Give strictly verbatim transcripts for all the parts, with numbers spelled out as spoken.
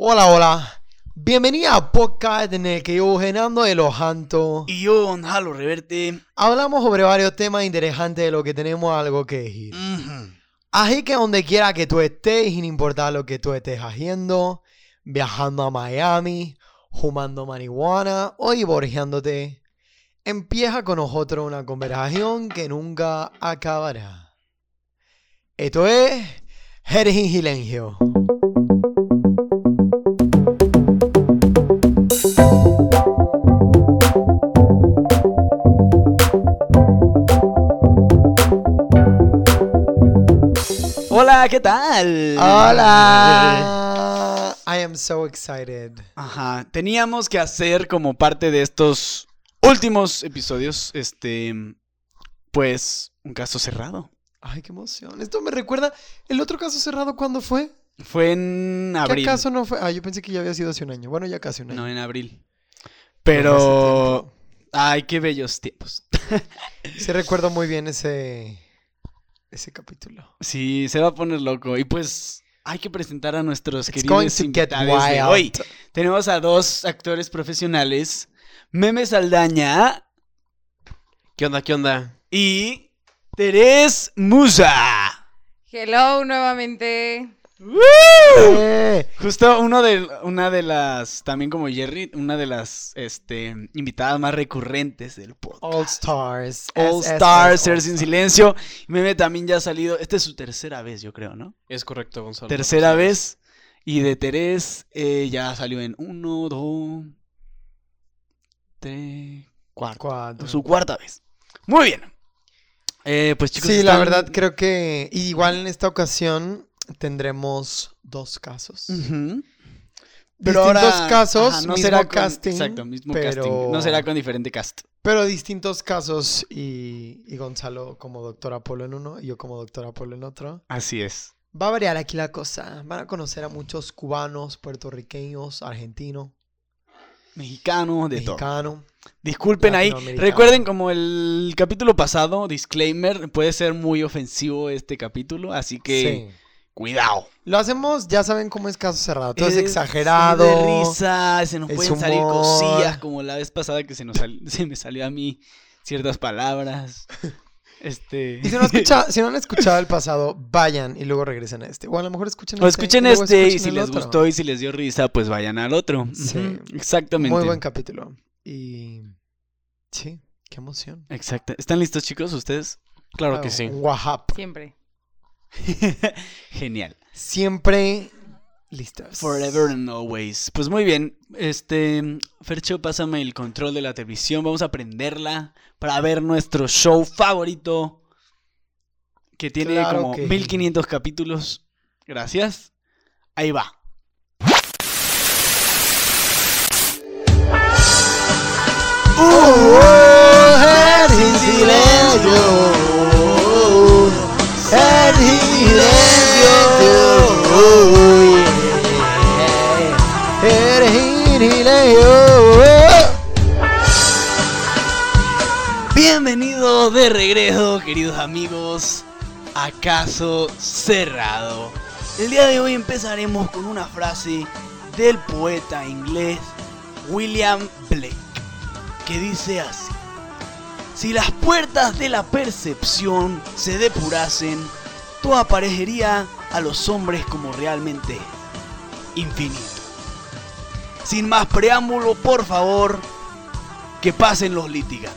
Hola, hola. Bienvenida a podcast en el que yo, Genando de los Jantos, y yo, Gonzalo Reverte, hablamos sobre varios temas interesantes de lo que tenemos algo que decir. uh-huh. Así que donde quiera que tú estés, sin importar lo que tú estés haciendo, viajando a Miami, fumando marihuana o divorciándote, empieza con nosotros una conversación que nunca acabará. Esto es Jerry Silencio. Hola, ¿qué tal? Hola. I am so excited. Ajá, teníamos que hacer como parte de estos últimos episodios, este, pues, un caso cerrado. Ay, qué emoción. Esto me recuerda, ¿el otro caso cerrado cuándo fue? Fue en abril. ¿Qué acaso no fue? Ah, yo pensé que ya había sido hace un año. Bueno, ya casi un año. No, en abril. Pero... Ay, qué bellos tiempos. Sí recuerdo muy bien ese... ese capítulo. Sí, se va a poner loco. Y pues hay que presentar a nuestros It's going queridos to get invitados de wild. hoy. Tenemos a dos actores profesionales, Meme Saldaña ¿Qué onda? ¿Qué onda? y Terés Musa. Hello, nuevamente. ¡Eh! Justo uno de una de las, también como Jerry, una de las este invitadas más recurrentes del podcast. All Stars. All S S S Stars, Ser All sin Stars. silencio. Meme también ya ha salido. Esta es su tercera vez, yo creo, ¿no? Es correcto, Gonzalo. Tercera vez. Y de Terés eh, ya salió en uno, dos, tres, cuatro. Cuatro. Su cuarta vez. Muy bien. Eh, pues chicos. Sí, la están- verdad creo que igual en esta ocasión tendremos dos casos. Ujú. Distintos casos, ajá, no mismo será con- casting, exacto, mismo pero- casting. No será con diferente cast. Pero distintos casos y, y Gonzalo como doctor Apolo en uno y yo como doctor Apolo en otro. Así es. Va a variar aquí la cosa. Van a conocer a muchos cubanos, puertorriqueños, argentinos, Mexicano, de todo. mexicanos. Disculpen ahí. Latinoamericano. Recuerden, como el capítulo pasado, disclaimer, puede ser muy ofensivo este capítulo, así que Sí. cuidado. Lo hacemos, ya saben cómo es caso cerrado. Todo es, Es exagerado. De risa, se nos es pueden salir humor. cosillas, como la vez pasada que se, nos sal- se me salió a mí ciertas palabras. Este. Y si no, escucha, si no han escuchado el pasado, vayan y luego regresen a este. O a lo mejor escuchen O este. escuchen y luego este y escuchen si el les otro. gustó y si les dio risa, pues vayan al otro. Sí. Ujú, exactamente. Muy buen capítulo. Y... sí, qué emoción. Exacto. ¿Están listos, chicos, ustedes? Claro que sí. Wahap. Siempre. Genial. Siempre listos. Forever and always. Pues muy bien. Este, Fercho, pásame el control de la televisión. Vamos a prenderla para ver nuestro show favorito, que tiene Claro como que sí. mil quinientos capítulos. Gracias. Ahí va. Uh, sin silencio. El silencio. El silencio. Bienvenido de regreso, queridos amigos, a Caso Cerrado. El día de hoy empezaremos con una frase del poeta inglés William Blake, que dice así: si las puertas de la percepción se depurasen, todo aparecería a los hombres como realmente es, infinito. Sin más preámbulo, por favor, que pasen los litigantes.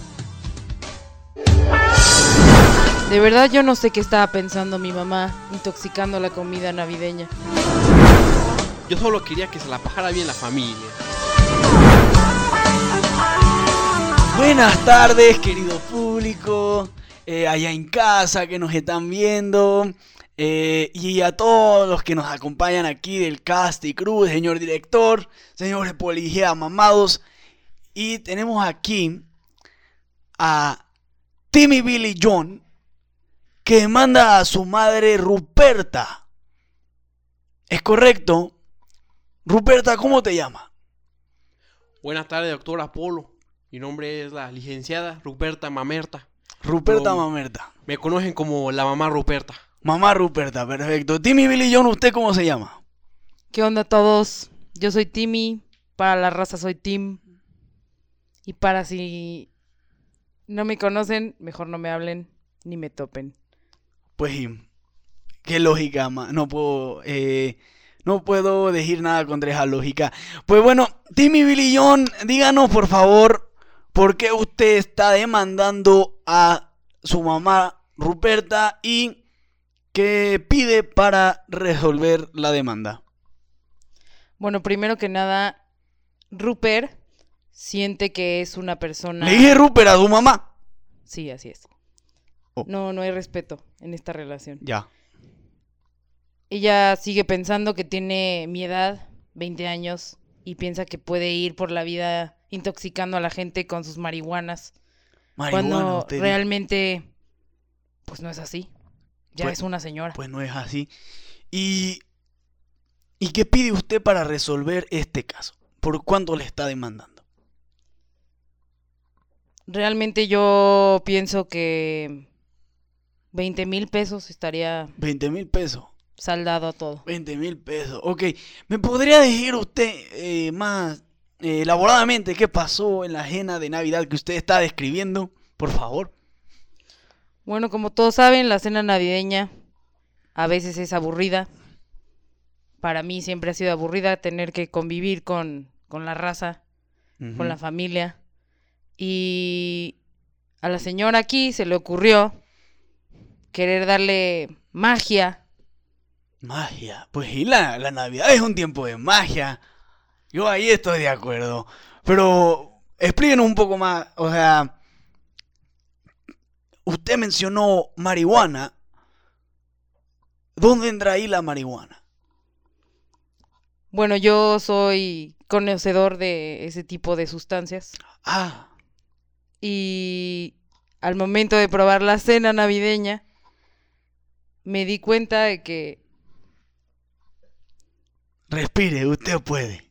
De verdad yo no sé qué estaba pensando mi mamá intoxicando la comida navideña. Yo solo quería que se la pasara bien la familia. Buenas tardes, querido público, eh, allá en casa que nos están viendo, eh, y a todos los que nos acompañan aquí del cast y crew, señor director, señores policías mamados. Y tenemos aquí a Timmy Billy John, que manda a su madre Ruperta. ¿Es correcto? Ruperta, ¿cómo te llamas? Buenas tardes, doctor Apolo. Mi nombre es la licenciada Ruperta Mamerta. Ruperta Pero- Mamerta. Me conocen como la mamá Ruperta. Mamá Ruperta, perfecto. Timmy Billy John, ¿usted cómo se llama? ¿Qué onda todos? Yo soy Timmy, para la raza soy Tim. Y para si no me conocen, mejor no me hablen ni me topen. Pues, qué lógica, ma. No puedo, eh, no puedo decir nada contra esa lógica. Pues bueno, Timmy Billy John, díganos por favor, ¿por qué usted está demandando a su mamá Ruperta y qué pide para resolver la demanda? Bueno, primero que nada, Rupert siente que es una persona... Le dije Rupert a su mamá. Sí, así es. Oh. No, no hay respeto en esta relación. Ya. Ella sigue pensando que tiene mi edad, veinte años, y piensa que puede ir por la vida intoxicando a la gente con sus marihuanas. Marihuana, Cuando usted dice. realmente, pues no es así. Ya Pues- es una señora. Pues no es así. ¿Y, ¿Y qué pide usted para resolver este caso? ¿Por cuánto le está demandando? Realmente yo pienso que veinte mil pesos estaría veinte mil pesos. saldado a todo. veinte mil pesos. Ok. ¿Me podría decir usted eh, más eh, elaboradamente qué pasó en la cena de Navidad que usted está describiendo? Por favor. Bueno, como todos saben, la cena navideña a veces es aburrida. Para mí siempre ha sido aburrida tener que convivir con, con la raza, Ujú. con la familia. Y a la señora aquí se le ocurrió querer darle magia. Magia. Pues y la, la Navidad es un tiempo de magia. Yo ahí estoy de acuerdo. Pero explíquenos un poco más. O sea, usted mencionó marihuana. ¿Dónde entra ahí la marihuana? Bueno, yo soy conocedor de ese tipo de sustancias. Ah, Y al momento de probar la cena navideña, me di cuenta de que respire, usted puede.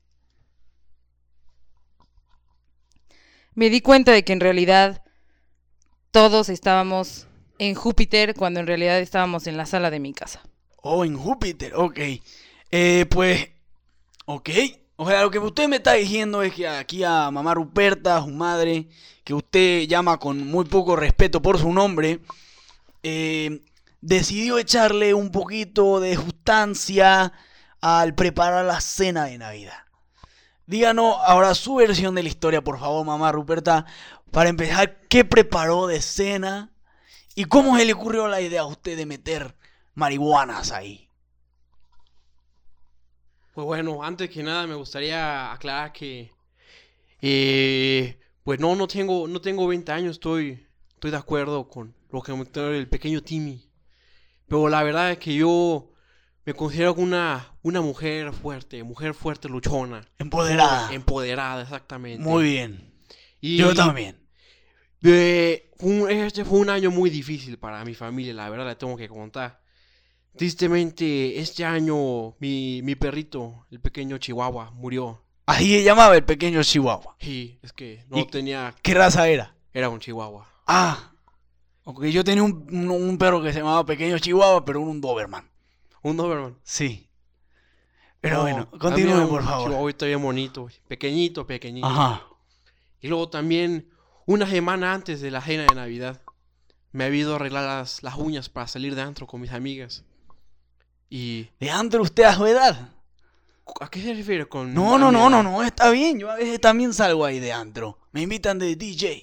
me di cuenta de que en realidad todos estábamos en Júpiter cuando en realidad estábamos en la sala de mi casa. Oh, en Júpiter, ok. Eh, pues, ok. O sea, lo que usted me está diciendo es que aquí a mamá Ruperta, su madre, que usted llama con muy poco respeto por su nombre, eh, decidió echarle un poquito de sustancia al preparar la cena de Navidad. Díganos ahora su versión de la historia, por favor, mamá Ruperta. Para empezar, ¿qué preparó de cena? ¿Y cómo se le ocurrió la idea a usted de meter marihuanas ahí? Pues bueno, antes que nada me gustaría aclarar que eh, pues no, no tengo, no tengo veinte años, estoy, estoy de acuerdo con lo que comentó el pequeño Timmy. Pero la verdad es que yo me considero una, una mujer fuerte, mujer fuerte, luchona. Empoderada. Empoderada, exactamente. Muy bien. Y, Yo también. eh, fue un- este fue un año muy difícil para mi familia, la verdad le tengo que contar. Tristemente, este año mi, mi perrito, el pequeño Chihuahua, murió. Así se llamaba el pequeño Chihuahua. Y es que no ¿Y tenía... qué raza era? Era un Chihuahua. Ah, ok, yo tenía un, un, un perro que se llamaba pequeño Chihuahua, pero un Doberman. Un Doberman. Sí. Pero No, bueno, también continúe un por favor. Chihuahuita bien bonito, pequeñito, pequeñito. Ajá. Y luego también, una semana antes de la cena de Navidad, me había ido a arreglar las, las uñas para salir de antro con mis amigas. Y... ¿De antro usted a su edad? ¿A qué se refiere con...? No, a no, mi no, no, edad? no, está bien. Yo a veces también salgo ahí de antro. Me invitan de D J.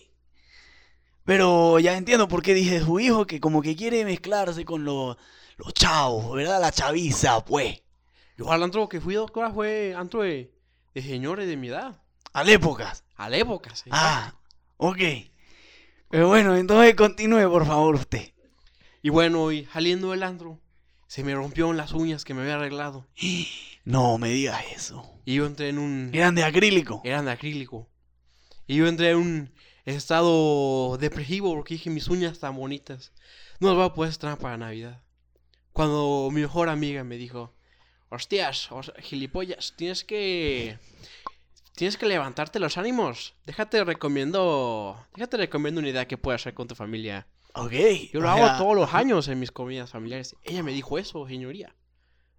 Pero ya entiendo por qué dije su hijo que como que quiere mezclarse con los, los chavos, ¿verdad? La chaviza, pues. Yo al antro que fui, doctora, fue antro de, de señores de mi edad. A la época. A la época, sí. Ah, ok. Pero bueno, entonces continúe por favor usted. Y bueno, y saliendo del antro, se me rompieron las uñas que me había arreglado. No me digas eso. Y yo entré en un... Eran de acrílico. Eran de acrílico. Y yo entré en un estado depresivo porque dije, mis uñas tan bonitas, no las voy a poder estrenar para Navidad. Cuando mi mejor amiga me dijo, hostias, os- gilipollas, tienes que... Tienes que levantarte los ánimos. Déjate recomiendo... Déjate recomiendo una idea que puedes hacer con tu familia. Ok. Yo lo o hago sea, todos los años en mis comidas familiares. Ella me dijo eso, señoría.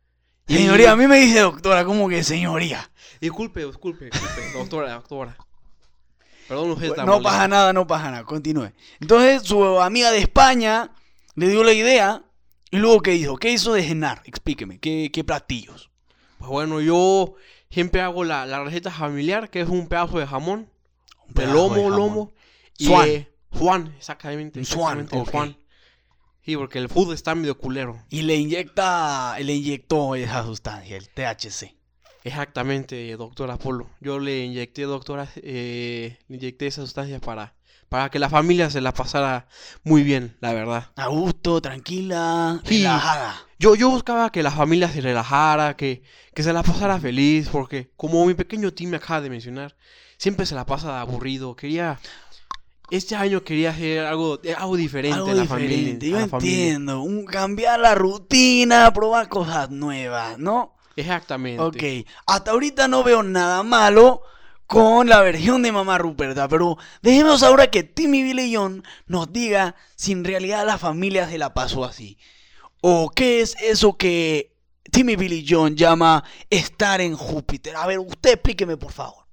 Y- Señoría, a mí me dice doctora, ¿cómo que señoría? Disculpe, disculpe, disculpe, doctora, doctora. Perdón, usted está No molesto. pasa nada, no pasa nada, continúe. Entonces su amiga de España le dio la idea y luego ¿qué hizo? ¿Qué hizo de cenar? Explíqueme, ¿qué, qué platillos? Pues bueno, yo siempre hago la, la receta familiar, que es un pedazo de jamón, Un de pedazo lomo, de jamón. lomo. Y, Swan. eh, Swan, exactamente. Un swan, exactamente, ok. Swan. Sí, porque el food está medio culero. Y le inyecta, le inyectó esa sustancia, el T H C. Exactamente, doctor Apolo. Yo le inyecté, doctora, eh, le inyecté esa sustancia para, para que la familia se la pasara muy bien, la verdad. A gusto, tranquila, Sí. relajada. Yo, yo buscaba que la familia se relajara, que, que se la pasara feliz, porque como mi pequeño Tim me acaba de mencionar, siempre se la pasa aburrido. Quería, este año quería hacer algo, algo diferente Algo en la diferente, familia. yo a la familia. entiendo. Un, cambiar la rutina, probar cosas nuevas, ¿no? Exactamente. Ok, hasta ahorita no veo nada malo con la versión de Mamá Ruperta, pero dejemos ahora que Timmy Billy John nos diga si en realidad la familia se la pasó así. O qué es eso que Timmy Billy John llama estar en Júpiter. A ver, usted explíqueme por favor.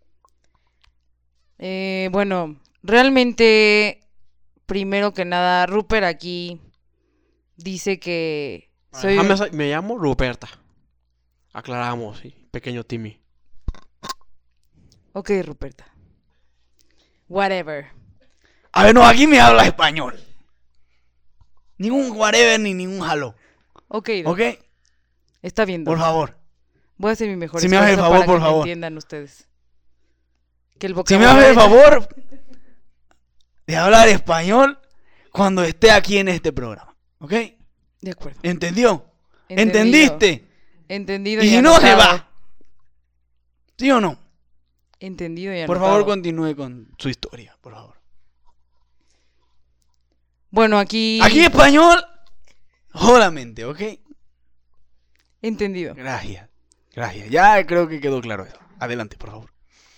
Eh, bueno, realmente, primero que nada, Rupert aquí dice que soy... Déjame un- sa- me llamo Ruperta. Aclaramos, sí, pequeño Timmy. Ok, Ruperta. Whatever. A ver, no, aquí me habla español. Ningún whatever ni ningún halo. Ok, Doc, ¿Ok? está bien, Doc. Por favor. Voy a hacer mi mejor Si me hace el esfuerzo favor, para por que me favor. entiendan ustedes. Que el Si me hace el vocabulario- favor de hablar español cuando esté aquí en este programa. ¿Ok? De acuerdo. ¿Entendió? Entendido. ¿Entendiste? Entendido Y y si no, se anotado. va. ¿Sí o no? Entendido y Por anotado. favor, continúe con su historia, por favor. Bueno, aquí... Aquí español, solamente, ¿ok? Entendido. Gracias, gracias. Ya creo que quedó claro eso. Adelante, por favor.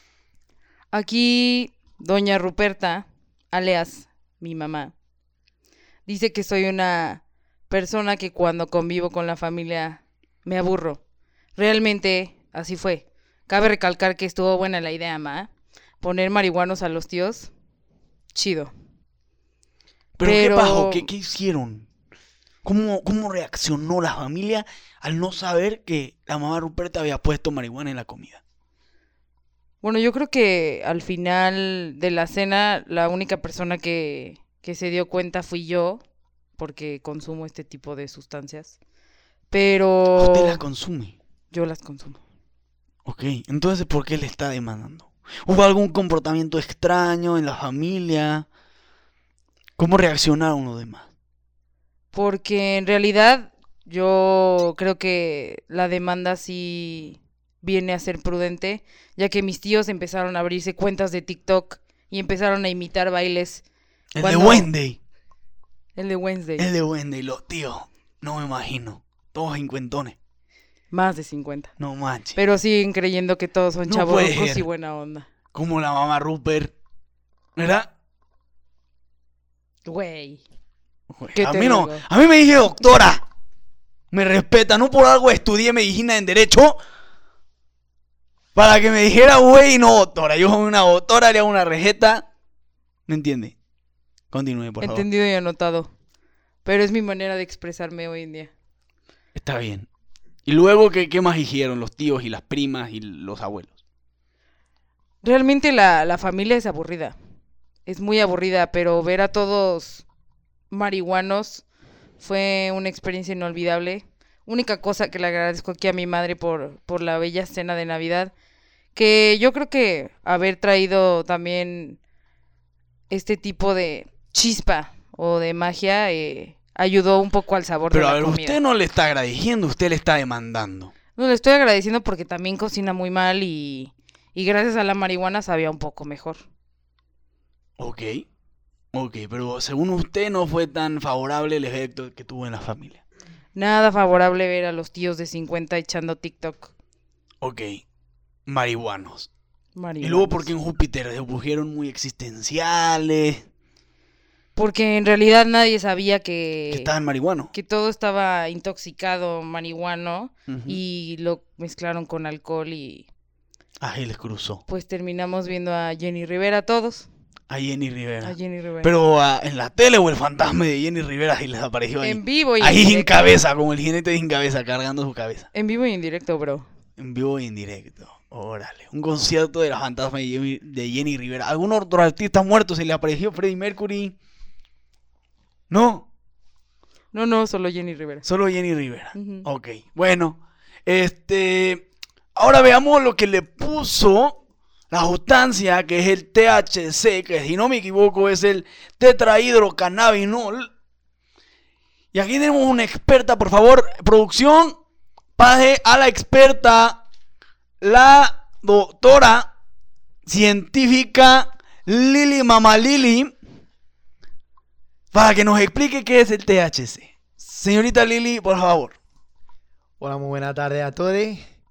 Aquí, doña Ruperta, alias mi mamá, dice que soy una persona que cuando convivo con la familia me aburro. Realmente, así fue. Cabe recalcar que estuvo buena la idea, ma. Poner marihuanos a los tíos, chido. ¿Pero, Pero- qué pasó? ¿Qué, qué hicieron? ¿Cómo, ¿Cómo reaccionó la familia al no saber que la mamá Ruperta había puesto marihuana en la comida? Bueno, yo creo que al final de la cena la única persona que, que se dio cuenta fui yo, porque consumo este tipo de sustancias. Pero Usted la consume. yo las consumo. Ok, entonces ¿por qué le está demandando? ¿Hubo algún comportamiento extraño en la familia? ¿Cómo reaccionaron los demás? Porque en realidad yo creo que la demanda sí viene a ser prudente, ya que mis tíos empezaron a abrirse cuentas de TikTok y empezaron a imitar bailes. El Cuando- de Wendy. El de Wednesday. El de Wendy, los tíos. No me imagino. Todos cincuentones. Más de cincuenta. No manches. Pero siguen creyendo que todos son No chavos puede ser. y buena onda. Como la mamá Rupert. ¿Verdad? Güey. Güey, ¿Qué a te mí no. digo? A mí me dice doctora. Me respeta. No por algo estudié medicina en derecho. Para que me dijera, güey, no doctora. Yo soy una doctora, le hago una receta. ¿Me entiende? Continúe, por favor. Entendido y anotado. Pero es mi manera de expresarme hoy en día. Está bien. ¿Y luego qué, qué más hicieron los tíos y las primas y los abuelos? Realmente la, la familia es aburrida. Es muy aburrida, pero ver a todos marihuanos fue una experiencia inolvidable. Única cosa que le agradezco aquí a mi madre por, por la bella cena de Navidad, que yo creo que haber traído también este tipo de chispa o de magia eh, ayudó un poco al sabor Pero de a la ver, comida. usted no le está agradeciendo, usted le está demandando. No, le estoy agradeciendo porque también cocina muy mal y, y gracias a la marihuana sabía un poco mejor. Ok. Ok, pero según usted no fue tan favorable el efecto que tuvo en la familia. Nada favorable ver a los tíos de cincuenta echando TikTok. Ok. Marihuanos. Y Marihuanos. luego porque en Júpiter se pusieron muy existenciales. Porque en realidad nadie sabía que, Que estaba en marihuano. que todo estaba intoxicado, marihuano, Ujú. y lo mezclaron con alcohol y Ahí les cruzó. pues terminamos viendo a Jenny Rivera todos. A Jenny Rivera. A Jenny Rivera. Pero ah, en la tele o el fantasma de Jenny Rivera ahí les apareció ahí. en vivo y en Ahí sin directo. cabeza, como el jinete sin cabeza, cargando su cabeza. En vivo y en directo, bro. En vivo y en directo. Órale. Un concierto de la fantasma de Jenny, de Jenny Rivera. ¿Algún otro artista muerto se le apareció? Freddie Mercury. No, No, no, solo Jenny Rivera. solo Jenny Rivera. Ujú. Ok. Bueno, este. Ahora veamos lo que le puso la sustancia, que es el T H C, que si no me equivoco es el tetrahidrocannabinol. Y aquí tenemos una experta, por favor, producción, pase a la experta, la doctora científica Lili Mama Lili, para que nos explique qué es el T H C. Señorita Lili, por favor. Hola, muy buena tarde a todos.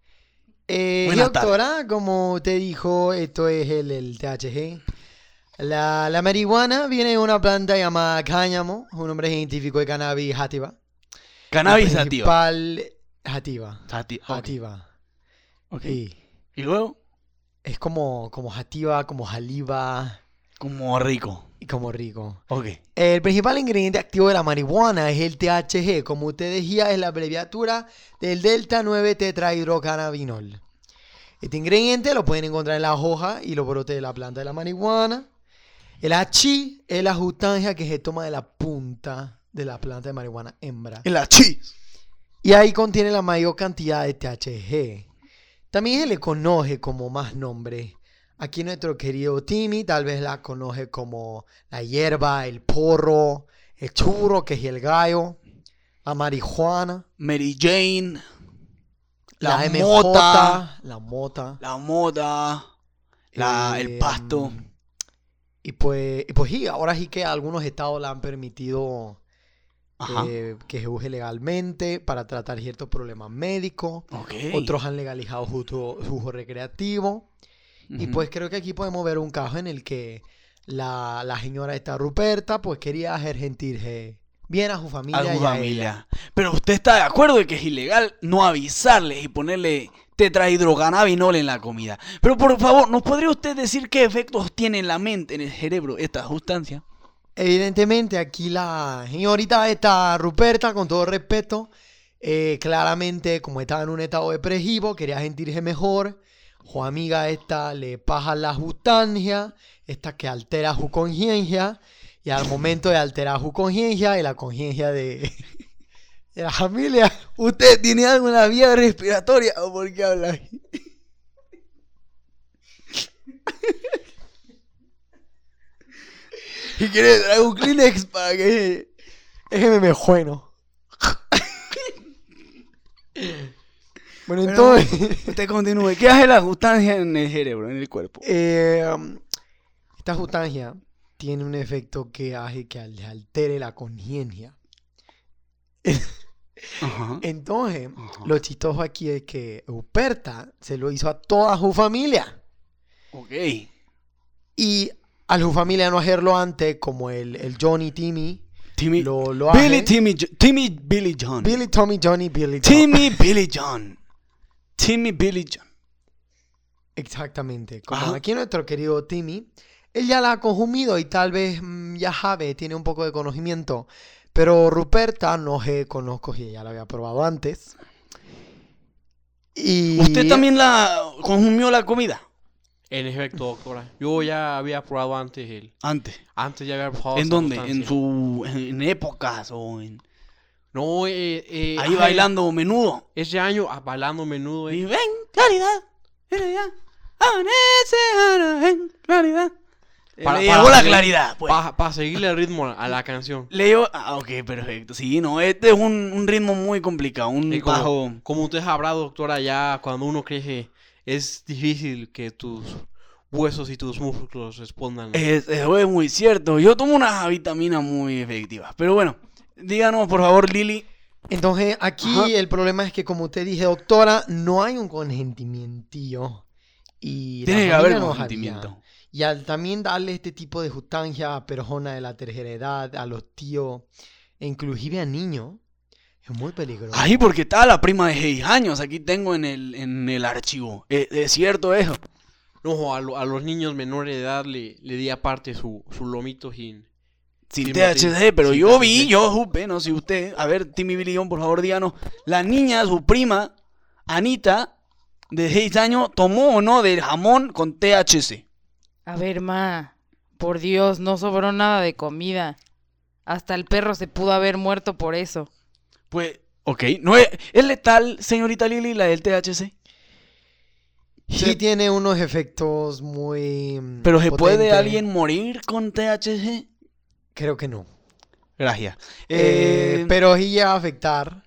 Eh, Buenas doctora, como te dijo, esto es el, el T H C. La, la marihuana viene de una planta llamada cáñamo, un nombre científico de cannabis sativa. Cannabis La sativa. principal- Sativa. Sati- ok. Sativa. Ok. Sí. Y luego, Es como, como sativa, como saliva como rico. y como rico. Ok. El principal ingrediente activo de la marihuana es el T H C. Como usted decía, es la abreviatura del delta nueve tetrahidrocannabinol. Este ingrediente lo pueden encontrar en las hojas y los brotes de la planta de la marihuana. El hachís es la sustancia que se toma de la punta de la planta de marihuana hembra. El achís. Y ahí contiene la mayor cantidad de T H C. También se le conoce como más nombres. Aquí nuestro querido Timmy tal vez la conoce como la hierba, el porro, el churro, que es el gallo, la marihuana, Mary Jane. la, La M mota. J, la mota. La moda. La, eh, el pasto. Y pues, y pues sí, ahora sí que algunos estados la han permitido Ajá. eh, que se use legalmente para tratar ciertos problemas médicos. Ok. Otros han legalizado su, su uso recreativo. Y Ujú. pues creo que aquí podemos ver un caso en el que la, la señora esta Ruperta pues quería hacer sentirse bien a su familia. A y su a ella. familia. Pero usted está de acuerdo de que es ilegal no avisarles y ponerle tetrahidrocannabinol en la comida. Pero por favor, ¿nos podría usted decir qué efectos tiene en la mente, en el cerebro, esta sustancia? Evidentemente aquí la señorita esta Ruperta, con todo respeto, eh, claramente como estaba en un estado depresivo, quería sentirse mejor. Su amiga esta le pasa la sustancia, esta que altera su conciencia. Y al momento de alterar su conciencia y la conciencia de, de la familia, ¿Usted tiene alguna vía respiratoria o por qué habla así? y quiere traer un Kleenex para que ese me jueno. Bueno, Pero- entonces, Usted continúe. ¿Qué hace la sustancia en el cerebro, en el cuerpo? eh, um, esta sustancia tiene un efecto que hace que al- altere la conciencia. Ajá. Entonces, Ajá. lo chistoso aquí es que Ruperta se lo hizo a toda su familia. Ok. Y a su familia no hacerlo antes, como el, el Johnny Timmy, Timmy. lo, lo Billy hace. Timmy. Jo- Timmy Billy John. Billy, Tommy, Johnny, Billy. Tom. Timmy Billy John. Timmy Billy John. Exactamente. Como Ajá. aquí nuestro querido Timmy, él ya la ha consumido y tal vez mm, ya sabe, tiene un poco de conocimiento. Pero Ruperta no se conozco si ella la había probado antes. Y ¿Usted también la consumió la comida? En efecto, doctora. Yo ya había probado antes el... Antes. Antes ya había probado ¿En esa dónde? sustancia. ¿En su en épocas o en No, eh, eh, ahí ajá, bailando menudo? Ese año, ah, bailando menudo. Y eh. ven, claridad, claridad, amanece, ahora ven, claridad. Para- Le para llegó la seguir- claridad, pues. Para seguirle el ritmo a la canción. Le llegó... Ah, ok, perfecto. Sí, no, este es un, un ritmo muy complicado, un Y como, bajo... como usted sabrá, doctora, ya cuando uno crece es difícil que tus huesos y tus músculos respondan. Es, eso es muy cierto. Yo tomo unas vitaminas muy efectivas. Pero bueno, díganos, por favor, Lili. entonces aquí Ajá. el problema es que como usted dice, doctora, no hay un consentimiento Y Tiene que la haber familia nos consentimiento. haría. Y al también darle este tipo de sustancia a personas de la tercera edad, a los tíos, e inclusive a niños, es muy peligroso. Ahí porque estaba la prima de seis años, aquí tengo en el, en el archivo. ¿Es, es cierto eso? No, a, lo- a los niños menores de edad le, le di aparte su, su lomito sin... Sin sin T H C, mate- pero sin yo vi, T H C. yo supe, no sé usted. A ver, Timmy Billion, por favor, díganos. La niña, su prima, Anita, de seis años, tomó o no del jamón con T H C. A ver, ma, por Dios, no sobró nada de comida. Hasta el perro se pudo haber muerto por eso. Pues, ok, ¿no es, es letal, señorita Lili, la del T H C? Sí Se- tiene unos efectos muy mm, ¿Pero se puede potentes. alguien morir con T H C? Creo que no. Gracias. Eh, Eh, pero sí llega a afectar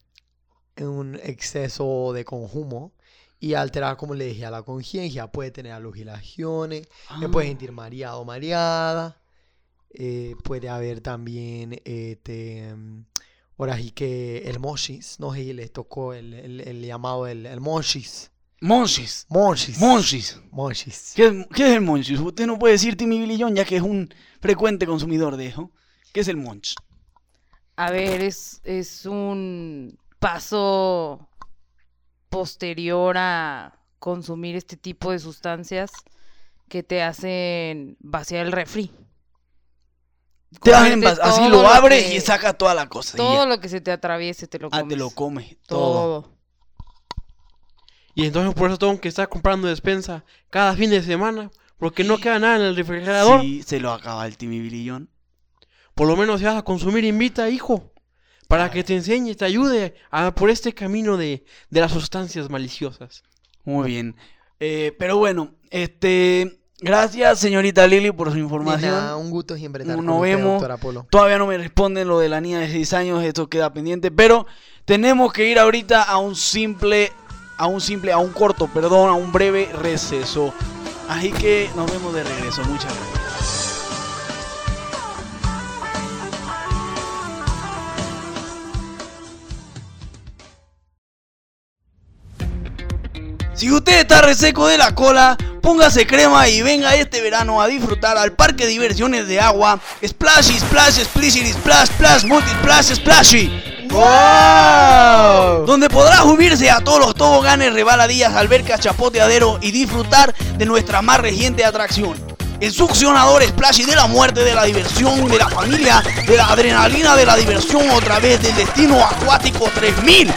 un exceso de consumo y alterar, como le dije, a la conciencia. Puede tener alucinaciones, ah, se puede sentir mareado o mareada. eh, puede haber también, este, mm, ahora sí que el moshis, no sé si les tocó el, el- el llamado el, el moshis. Monchis. Monchis. Monchis. Monchis. ¿Qué, es- qué es el monchis? Usted no puede decir Timmy Billion ya que es un frecuente consumidor de eso. ¿Qué es el monch? A ver, es, es un paso posterior a consumir este tipo de sustancias que te hacen vaciar el refri. Te hacen Comerte vas- así todo lo abres que- y saca toda la cosa. y Todo ya. lo que se te atraviese te lo comes. Ah, te lo comes. Todo. Todo. Y entonces por eso tengo que estar comprando despensa cada fin de semana. Porque no queda nada en el refrigerador. Sí, se lo acaba el Timmy Billion. Por lo menos si vas a consumir, invita, hijo. Para Ay. que te enseñe, te ayude a, por este camino de, de las sustancias maliciosas. Muy bien. Eh, pero bueno, este... Gracias, señorita Lili, por su De información. nada, un gusto siempre estar Nos con usted, vemos. doctor Apolo. Todavía no me responden lo de la niña de seis años, esto queda pendiente, pero tenemos que ir ahorita a un simple, a un simple, a un corto, perdón, a un breve receso. Así que nos vemos de regreso, muchas gracias. Si usted está reseco de la cola, póngase crema y venga este verano a disfrutar al parque de diversiones de agua Splashy, Splash, Splishy, Splash, Splash, Multi Splash, Splashy. ¡Wow! Donde podrá subirse a todos los toboganes, rebaladillas, albercas, chapoteadero y disfrutar de nuestra más reciente atracción. El succionador Splashy de la muerte, de la diversión, de la familia, de la adrenalina, de la diversión, otra vez del destino acuático tres mil.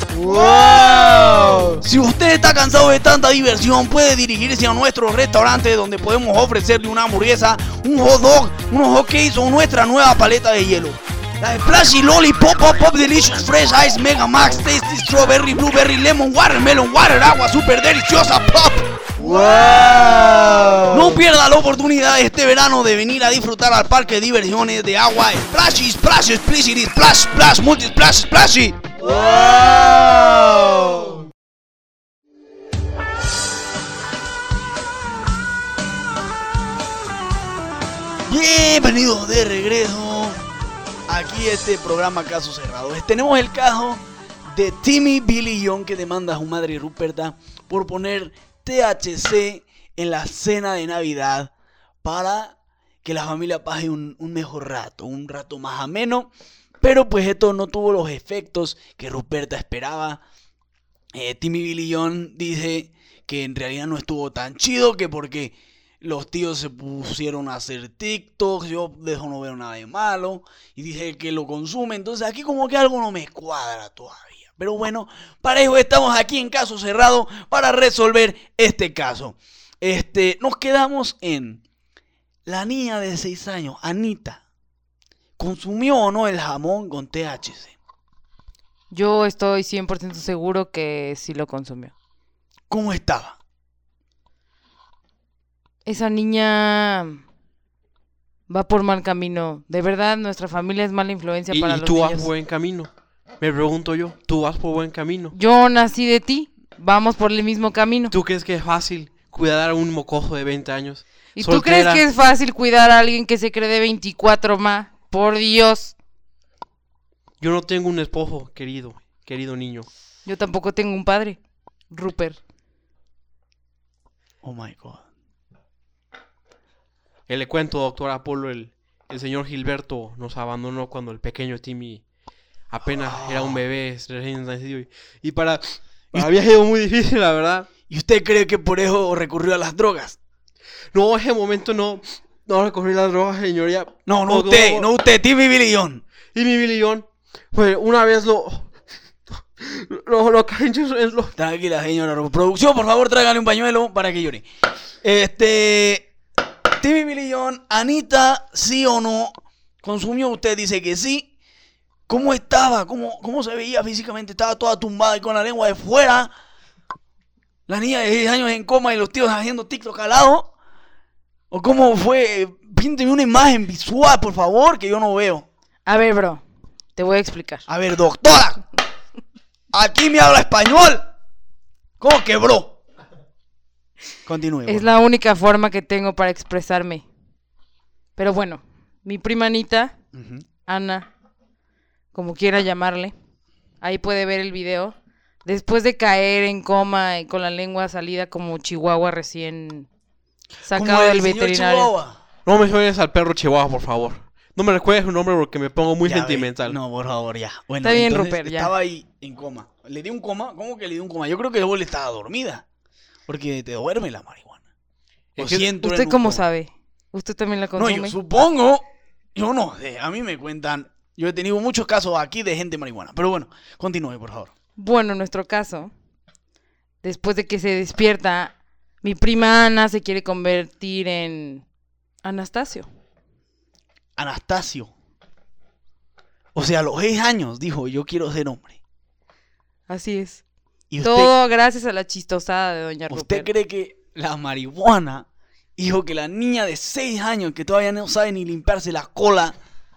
¡Wow! Si usted está cansado de tanta diversión, puede dirigirse a nuestro restaurante donde podemos ofrecerle una hamburguesa, un hot dog, unos hotcakes o nuestra nueva paleta de hielo. La Splashy Lollipop Pop Pop Delicious Fresh Ice Mega Max Tasty Strawberry Blueberry Lemon Watermelon Water Agua Super Deliciosa Pop. ¡Wow! No pierda la oportunidad este verano de venir a disfrutar al parque de diversiones de agua Splashy Splash Splicity Splash Splash Multi Splash Splashy. ¡Wow! Bienvenidos de regreso aquí a este programa Caso Cerrado. Tenemos el caso de Timmy Billion que demanda a su madre Ruperta por poner T H C en la cena de Navidad para que la familia pase un, un mejor rato, un rato más ameno. Pero pues esto no tuvo los efectos que Ruperta esperaba. Eh, Timmy Billion dice que en realidad no estuvo tan chido, que porque los tíos se pusieron a hacer TikToks, yo de eso no veo nada de malo, y dice que lo consume, entonces aquí como que algo no me cuadra todavía. Pero bueno, para eso estamos aquí en Caso Cerrado, para resolver este caso. Este, nos quedamos en la niña de seis años, Anita. ¿Consumió o no el jamón con T H C? Yo estoy cien por ciento seguro que sí lo consumió. ¿Cómo estaba? Esa niña va por mal camino. De verdad, nuestra familia es mala influencia Y, para y los tú vas niños. por buen camino. Me pregunto yo, ¿tú vas por buen camino? Yo nací de ti. Vamos por el mismo camino. ¿Tú crees que es fácil cuidar a un mocoso de veinte años? ¿Y tú crees Soltera. que es fácil cuidar a alguien que se cree de veinticuatro más? Por Dios. Yo no tengo un esposo, querido, querido niño. Yo tampoco tengo un padre. Rupert. Oh my God. Eh, le cuento, doctor Apolo, el, el señor Gilberto nos abandonó cuando el pequeño Timmy apenas Ah. era un bebé recién nacido. Y, y para, para había sido muy difícil, la verdad. ¿Y usted cree que por eso recurrió a las drogas? No, ese momento no, no recogí las drogas, señoría. No, no Oh, usted, no. no usted, Timmy Billion. Y mi bilillón, pues una vez lo... Lo, lo caí en lo... Tranquila, señora. Producción, por favor, tráigale un pañuelo para que llore. Este... Timmy Billion, Anita, ¿sí o no? ¿Consumió? Usted dice que sí. ¿Cómo estaba? ¿Cómo, cómo se veía físicamente? ¿Estaba toda tumbada y con la lengua de fuera? La niña de diez años en coma y los tíos haciendo TikTok al lado. ¿O cómo fue? Pínteme una imagen visual, por favor, que yo no veo. A ver, bro, te voy a explicar. A ver, doctora. Aquí me habla español. ¿Cómo que, bro? Continúe. Es bro. la única forma que tengo para expresarme. Pero bueno, mi prima Anita, Ujú. Ana, como quiera llamarle, ahí puede ver el video. Después de caer en coma y con la lengua salida como chihuahua recién sacado ¿Cómo es, del señor veterinario. Chihuahua? No me sueles al perro Chihuahua, por favor. No me recuerdes su nombre porque me pongo muy Ya ve. sentimental. No, por favor, ya. Bueno, Está bien, entonces Rupert, ya. Estaba ahí en coma. ¿Le dio un coma? ¿Cómo que le dio un coma? Yo creo que luego le estaba dormida. Porque te duerme la marihuana. Lo Es que siento, ¿Usted en un cómo coma. sabe? ¿Usted también la No, consume? yo supongo. Yo no sé. A mí me cuentan. Yo he tenido muchos casos aquí de gente marihuana. Pero bueno, continúe, por favor. Bueno, en nuestro caso, después de que se despierta, mi prima Ana se quiere convertir en Anastasio. Anastasio. O sea, a los seis años dijo, yo quiero ser hombre. Así es. ¿Y usted, Todo gracias a la chistosada de doña usted Rupert. cree que la marihuana hizo que la niña de seis años, que todavía no sabe ni limpiarse la cola,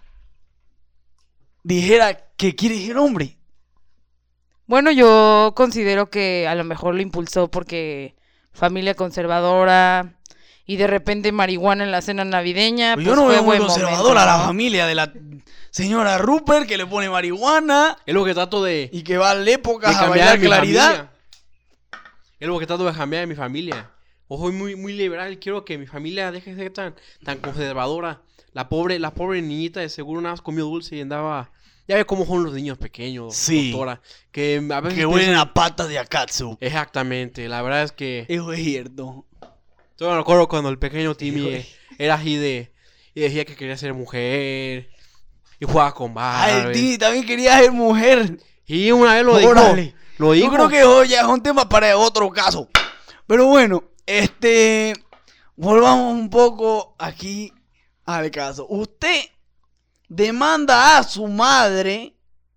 dijera que quiere ser hombre? Bueno, yo considero que a lo mejor lo impulsó porque familia conservadora y de repente marihuana en la cena navideña. Pues Pues yo no fue veo muy buen conservadora momento, a la ¿no? familia de la señora Rupert, que le pone marihuana Es lo que trato de, y que va a la de época a cambiar bailar mi claridad. familia. Es lo que trato de cambiar de mi familia. O soy muy, muy liberal. Quiero que mi familia deje de ser tan, tan conservadora. La pobre, la pobre niñita de seguro nada más comió dulce y andaba... Ya ve cómo son los niños pequeños, Sí. doctora. Que a veces Que huelen piensan- a patas de Akatsu. Exactamente. La verdad es que... Eso es cierto. Yo me acuerdo cuando el pequeño Timmy Híjole. eh, era así de... Y decía que quería ser mujer. Y jugaba con Ah, el Barbie. Timmy también quería ser mujer. Y una vez lo dijo. Órale. Lo dijo. Yo creo que hoy ya es un tema para otro caso. Pero bueno, este... volvamos un poco aquí al caso. Usted demanda a su madre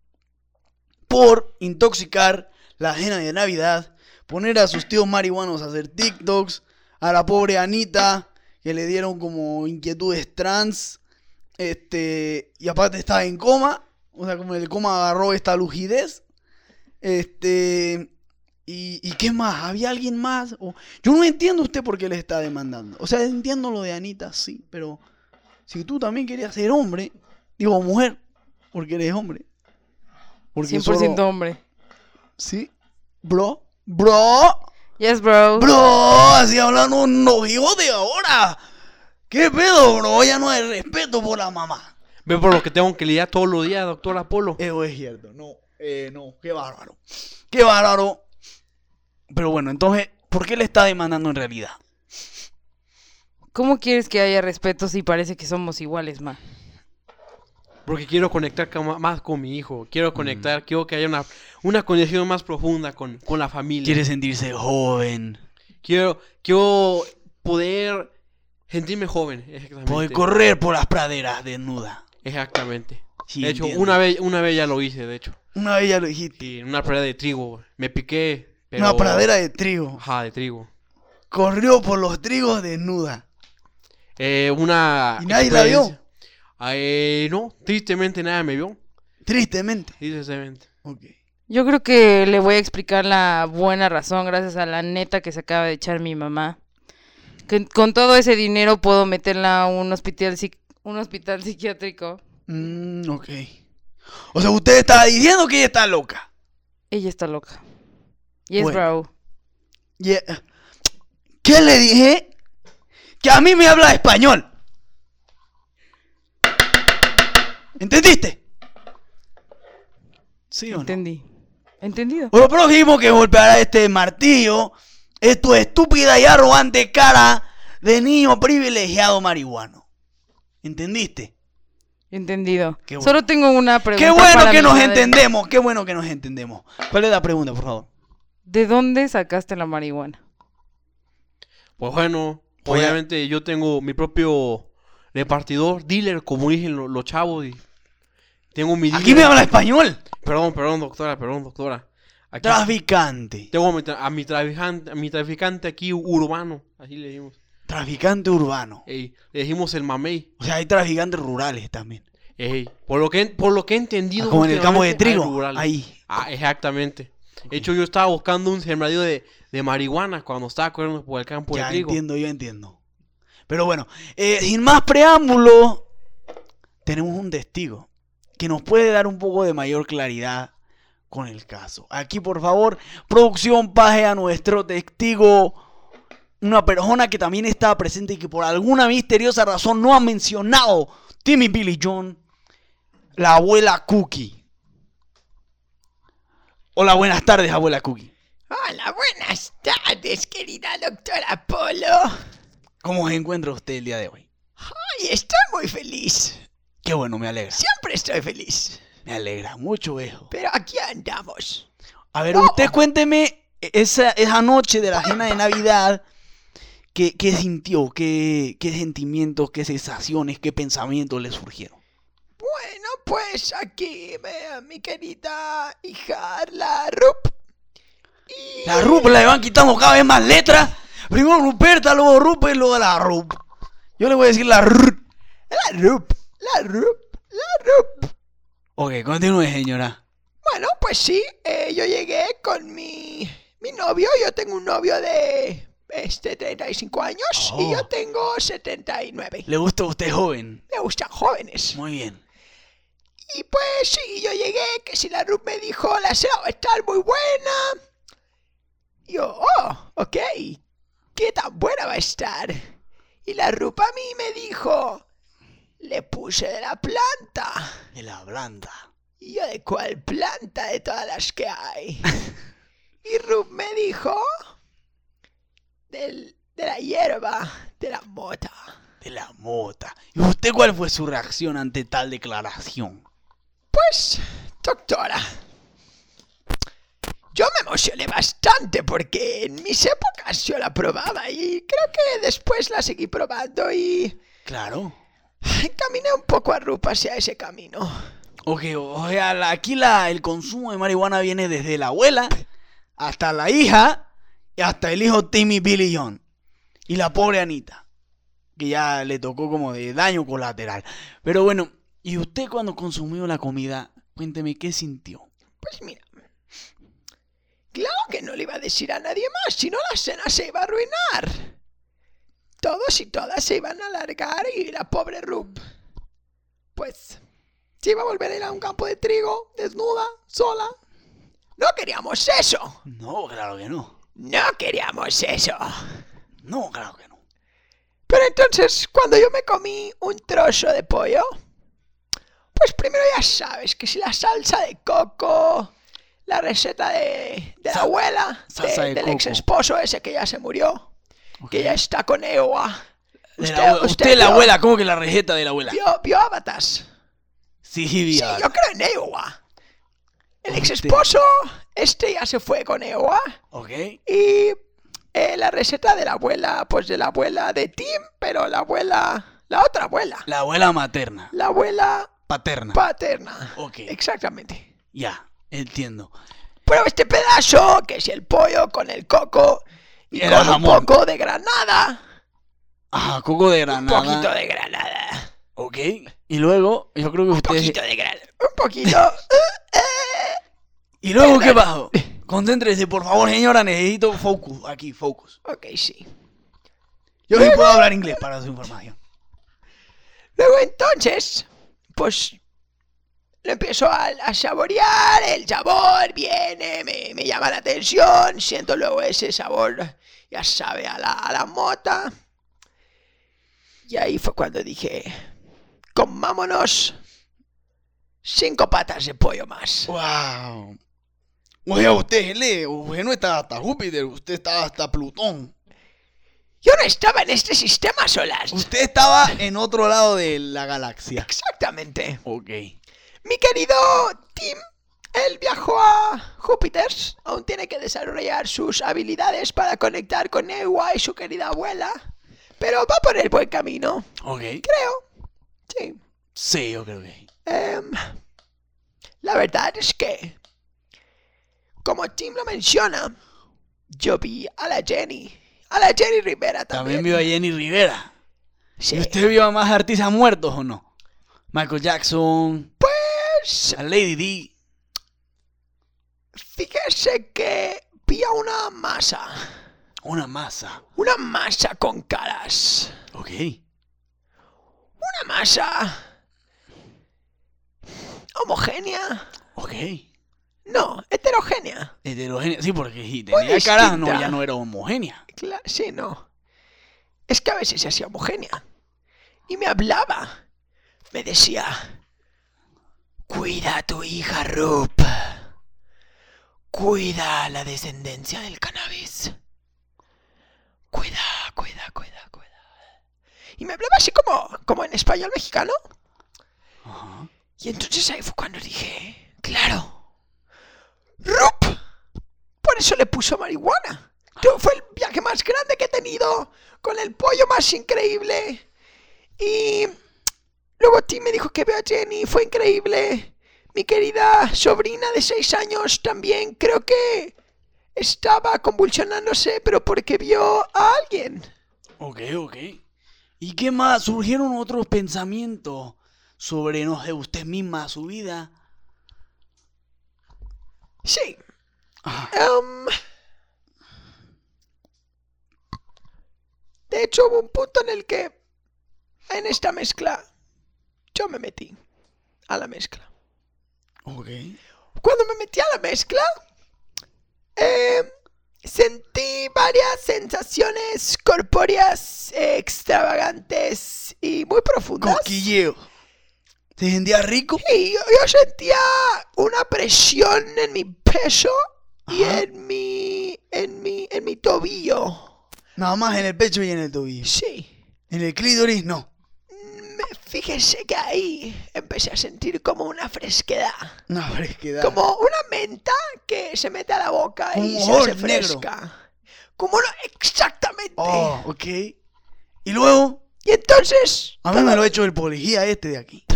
por intoxicar la cena de Navidad, poner a sus tíos marihuanos a hacer TikToks, a la pobre Anita, que le dieron como inquietudes trans, este, y aparte estaba en coma, o sea, como el coma agarró esta lucidez, este, y, y qué más, ¿había alguien más? O, yo no entiendo usted por qué le está demandando, o sea, entiendo lo de Anita, sí, pero si tú también querías ser hombre, digo mujer, porque eres hombre. Porque cien por ciento solo- hombre. Sí, bro, bro, Yes, bro. bro, así hablando los hijos de ahora. ¿Qué pedo, bro? Ya no hay respeto por la mamá. Ve por lo que tengo que lidiar todos los días, doctor Apolo. Eso es cierto, no, eh, no, qué bárbaro. Qué bárbaro. Pero bueno, entonces, ¿por qué le está demandando en realidad? ¿Cómo quieres que haya respeto si parece que somos iguales, ma? Porque quiero conectar ca- más con mi hijo. Quiero Mm. conectar, quiero que haya una, una conexión más profunda con, con la familia. Quiere sentirse joven, Quiero, quiero poder sentirme joven. Exactamente. poder correr por las praderas desnuda. Exactamente. Sí, de hecho, entiendo. una vez, una vez ya lo hice, de hecho. Una vez ya lo dijiste. Y en una pradera de trigo. Me piqué. Pero... Una pradera de trigo. Ajá, de trigo. Corrió por los trigos desnuda. Eh, una... ¿Y nadie la vio? experiencia. Eh, no, tristemente nadie me vio. Tristemente. Tristemente. Ok. Yo creo que le voy a explicar la buena razón gracias a la neta que se acaba de echar mi mamá. Que con todo ese dinero puedo meterla a un hospital, psic- un hospital psiquiátrico. Mm, ok. O sea, usted está diciendo que ella está loca. Ella está loca. Yes, Bueno. bro. Yeah. ¿Qué le dije? Que a mí me habla español. ¿Entendiste? ¿Sí o no? Entendí. ¿Entendido? Lo próximo que golpeará este martillo es tu estúpida y arrogante cara de niño privilegiado marihuano. ¿Entendiste? Entendido. Qué bueno. Solo tengo una pregunta. Qué bueno para que mi nos madre. entendemos, qué bueno que nos entendemos. ¿Cuál es la pregunta, por favor? ¿De dónde sacaste la marihuana? Pues bueno, Pues- obviamente yo tengo mi propio repartidor, dealer, como dicen lo- los chavos. Y tengo mi Aquí dealer. me habla español. Perdón, perdón, doctora, perdón, doctora. Aquí Traficante. tengo a mi, tra- a mi traficante, a mi traficante aquí urbano, así le decimos. Traficante urbano. Ey, le dijimos el mamey. O sea, hay traficantes rurales también. Ey, por lo que por lo que he entendido. Ah, como en el campo de últimamente, hay trigo. rurales. Ahí. Ah, exactamente. De hecho, yo estaba buscando un sembradío de, de marihuana cuando estaba corriendo por el campo Ya de trigo. entiendo, yo entiendo. Pero bueno, eh, sin más preámbulo, tenemos un testigo que nos puede dar un poco de mayor claridad con el caso. Aquí, por favor, producción, paje a nuestro testigo, una persona que también estaba presente y que por alguna misteriosa razón no ha mencionado Timmy Billy John, la abuela Cookie. Hola, buenas tardes, abuela Cookie. Hola, buenas tardes, querida doctora Polo. ¿Cómo se encuentra usted el día de hoy? Ay, estoy muy feliz. Qué bueno, me alegra. Siempre estoy feliz. Me alegra mucho eso. Pero aquí andamos. A ver, No. usted cuénteme esa, esa noche de la cena de Navidad, ¿qué, qué sintió? ¿Qué, qué sentimientos, qué sensaciones, qué pensamientos le surgieron? Bueno, pues aquí veo a mi querida hija, la Rup. Y... La Rup le van quitando cada vez más letras. Primero Ruperta, luego Rup y luego la Rup. Yo le voy a decir la Rup. La Rup, la Rup, la Rup. Ok, continúe, señora. Bueno, pues sí, eh, yo llegué con mi, mi novio. Yo tengo un novio de este treinta y cinco años Oh. y yo tengo setenta y nueve. ¿Le gusta a usted joven? Me gustan jóvenes. Muy bien. Y pues sí, yo llegué, que si la Rup me dijo, la cena va a estar muy buena. Yo, oh, ok, ¿qué tan buena va a estar? Y la Rup a mí me dijo, le puse de la planta. De la blanda. Y yo, ¿de cuál planta de todas las que hay? Y Rup me dijo, del, de la hierba, de la mota. De la mota. ¿Y usted cuál fue su reacción ante tal declaración? Pues, doctora, yo me emocioné bastante porque en mis épocas yo la probaba y creo que después la seguí probando y Claro. caminé un poco a Rup hacia ese camino. Ok, o sea, la- aquí la, el consumo de marihuana viene desde la abuela hasta la hija y hasta el hijo Timmy Billy John. Y la pobre Anita, que ya le tocó como de daño colateral. Pero bueno, ¿y usted cuando consumió la comida, cuénteme qué sintió? Pues mira, claro que no le iba a decir a nadie más, si no la cena se iba a arruinar. Todos y todas se iban a largar y la pobre Rup, pues, se iba a volver a ir a un campo de trigo, desnuda, sola. No queríamos eso. No, claro que no. No queríamos eso. No, claro que no. Pero entonces, cuando yo me comí un trozo de pollo, pues primero ya sabes que si la salsa de coco, la receta de, de la Sa- abuela, salsa de- de del coco. ex esposo ese que ya se murió, Ok. que ya está con Ewa. De la abue- usted, la vio- abuela, ¿cómo que la receta de la abuela? Vio, vio Avatars. Sí, vi. Sí, yo creo en Ewa. El Usted- ex esposo, este ya se fue con Ewa. Ok. Y eh, la receta de la abuela, pues de la abuela de Tim, pero la abuela, la otra abuela. La abuela materna. La abuela Paterna. paterna. Ok. Exactamente. Ya, entiendo. Prueba este pedazo, que es el pollo con el coco y Era con un jamón. poco de granada. Ah, coco de Un granada. poquito de granada. Ok. Y luego, yo creo que Un usted... poquito de granada. Un poquito. ¿Y luego qué pasó? Concéntrese, por favor, señora. Necesito focus. Aquí, focus. Ok, sí. Yo sí puedo hablar inglés para su información. Luego entonces, pues lo empiezo a, a saborear, el sabor viene, me, me llama la atención, siento luego ese sabor ya sabe, a la, a la mota. Y ahí fue cuando dije, comámonos cinco patas de pollo más. ¡Wow! Oiga, usted, le, usted no estaba hasta Júpiter, usted estaba hasta Plutón. Yo no estaba en este sistema solar. Usted estaba en otro lado de la galaxia. Exactamente. Ok. Mi querido Tim, él viajó a Júpiter. Aún tiene que desarrollar sus habilidades para conectar con Ewa y su querida abuela. Pero va por el buen camino, Ok. creo. Sí. Sí, yo creo que sí. Em, la verdad es que, como Tim lo menciona, yo vi a la Jenny. A la Jenny Rivera también. También vio a Jenny Rivera. Sí. ¿Y usted vio a más artistas muertos o no? Michael Jackson, Pues, a Lady D. fíjese que vi a una masa. Una masa. Una masa con caras. Ok. Una masa homogénea. Ok. No, heterogénea. Heterogénea. Sí, porque si Muy tenía cara, no, distinta. ya no era homogénea. Cla- sí, no. Es que a veces se hacía homogénea. Y me hablaba. Me decía, cuida a tu hija, Rup. Cuida la descendencia del cannabis. Cuida, cuida, cuida, cuida. Y me hablaba así como, como en español mexicano. Ajá. Y entonces ahí fue cuando dije, claro, Rup, por eso le puso marihuana. Tú, fue el viaje más grande que he tenido, con el pollo más increíble. Y luego Tim me dijo que veo a Jenny, fue increíble. Mi querida sobrina de seis años también creo que estaba convulsionándose, pero porque vio a alguien. Ok, ok. ¿Y qué más? ¿Surgieron otros pensamientos sobre, no sé, usted misma, su vida? Sí. Ajá. Em, de hecho, hubo un punto en el que en esta mezcla yo me metí a la mezcla. Ok. Cuando me metí a la mezcla, eh, sentí varias sensaciones corpóreas eh, extravagantes y muy profundas. Cosquilleo. ¿Se sentía rico? Y yo, yo sentía una presión en mi pecho y Ajá. en mi, en mi, en mi tobillo. Nada más en el pecho y en el tobillo. Sí. En el clítoris, no. Me- Fíjese que ahí empecé a sentir como una fresquedad. Una fresquedad. Como una menta que se mete a la boca Como y un se olor hace negro. fresca. Como una... Exactamente. Oh, ok. Y luego, Y entonces... a mí me lo ha hecho el policía este de aquí.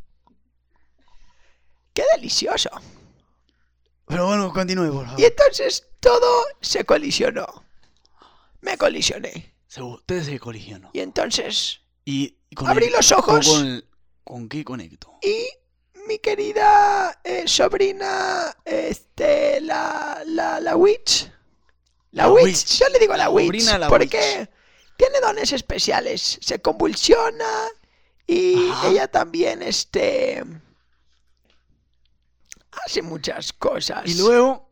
¡Qué delicioso! Pero bueno, continúe, por Y favor. entonces todo se colisionó. Me colisioné. Se- Usted se colisionó. Y entonces... Y, y con Abrí el- los ojos. ¿Con, con, el- ¿con qué conecto? Y mi querida eh, sobrina, este, la, la, la witch. La, La witch. witch. Yo le digo la witch Sobrina la porque witch. tiene dones especiales. Se convulsiona y Ajá. ella también, este, hace muchas cosas. Y luego,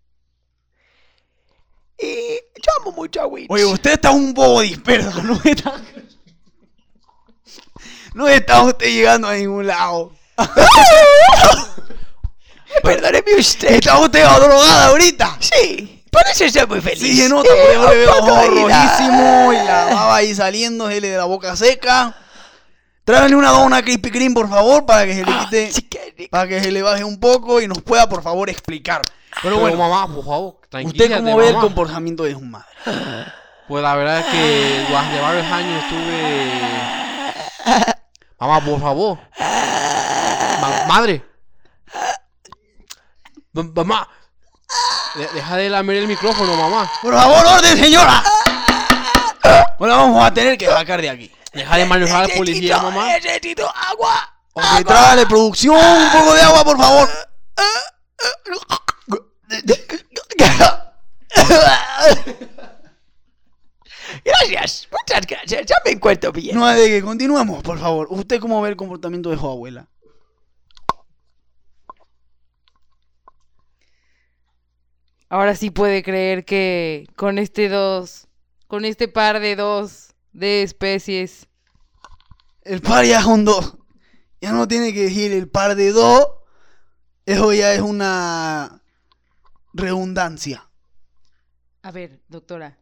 Y yo amo mucho a witch. oye, usted está un poco disperso, no está... No está usted llegando a ningún lado. Perdóneme usted. ¿Está usted drogada ahorita? Sí, por eso estoy muy feliz. Sí, se nota, Eh, porque yo le veo los un poco ojos ida. rojísimos y la baba ahí saliendo, de la boca seca. Tráigale una dona Krispy Kreme, por favor, para que se le Ah, quite, sí, qué rico. para que se le baje un poco y nos pueda, por favor, explicar. Pero Pero bueno, mamá, por favor, ¿usted tranquilízate, cómo ve el mamá. comportamiento de su madre? Pues la verdad es que durante varios años estuve... Mamá, por favor. Ma- madre. Ma- Mamá. De- deja de lamer el micrófono, mamá. Por favor, orden, señora. Bueno, vamos a tener que sacar de aquí. Deja de manejar a la policía, Necesito- mamá. Necesito agua. Ok, trágale producción, un poco de agua, por favor. Gracias, muchas gracias, ya me encuentro bien. No hay de que continuemos, por favor. ¿Usted cómo ve el comportamiento de su abuela? Ahora sí puede creer que con este dos con este par de dos de especies. El par ya es un dos. Ya no tiene que decir el par de dos. Eso ya es una redundancia. A ver, doctora.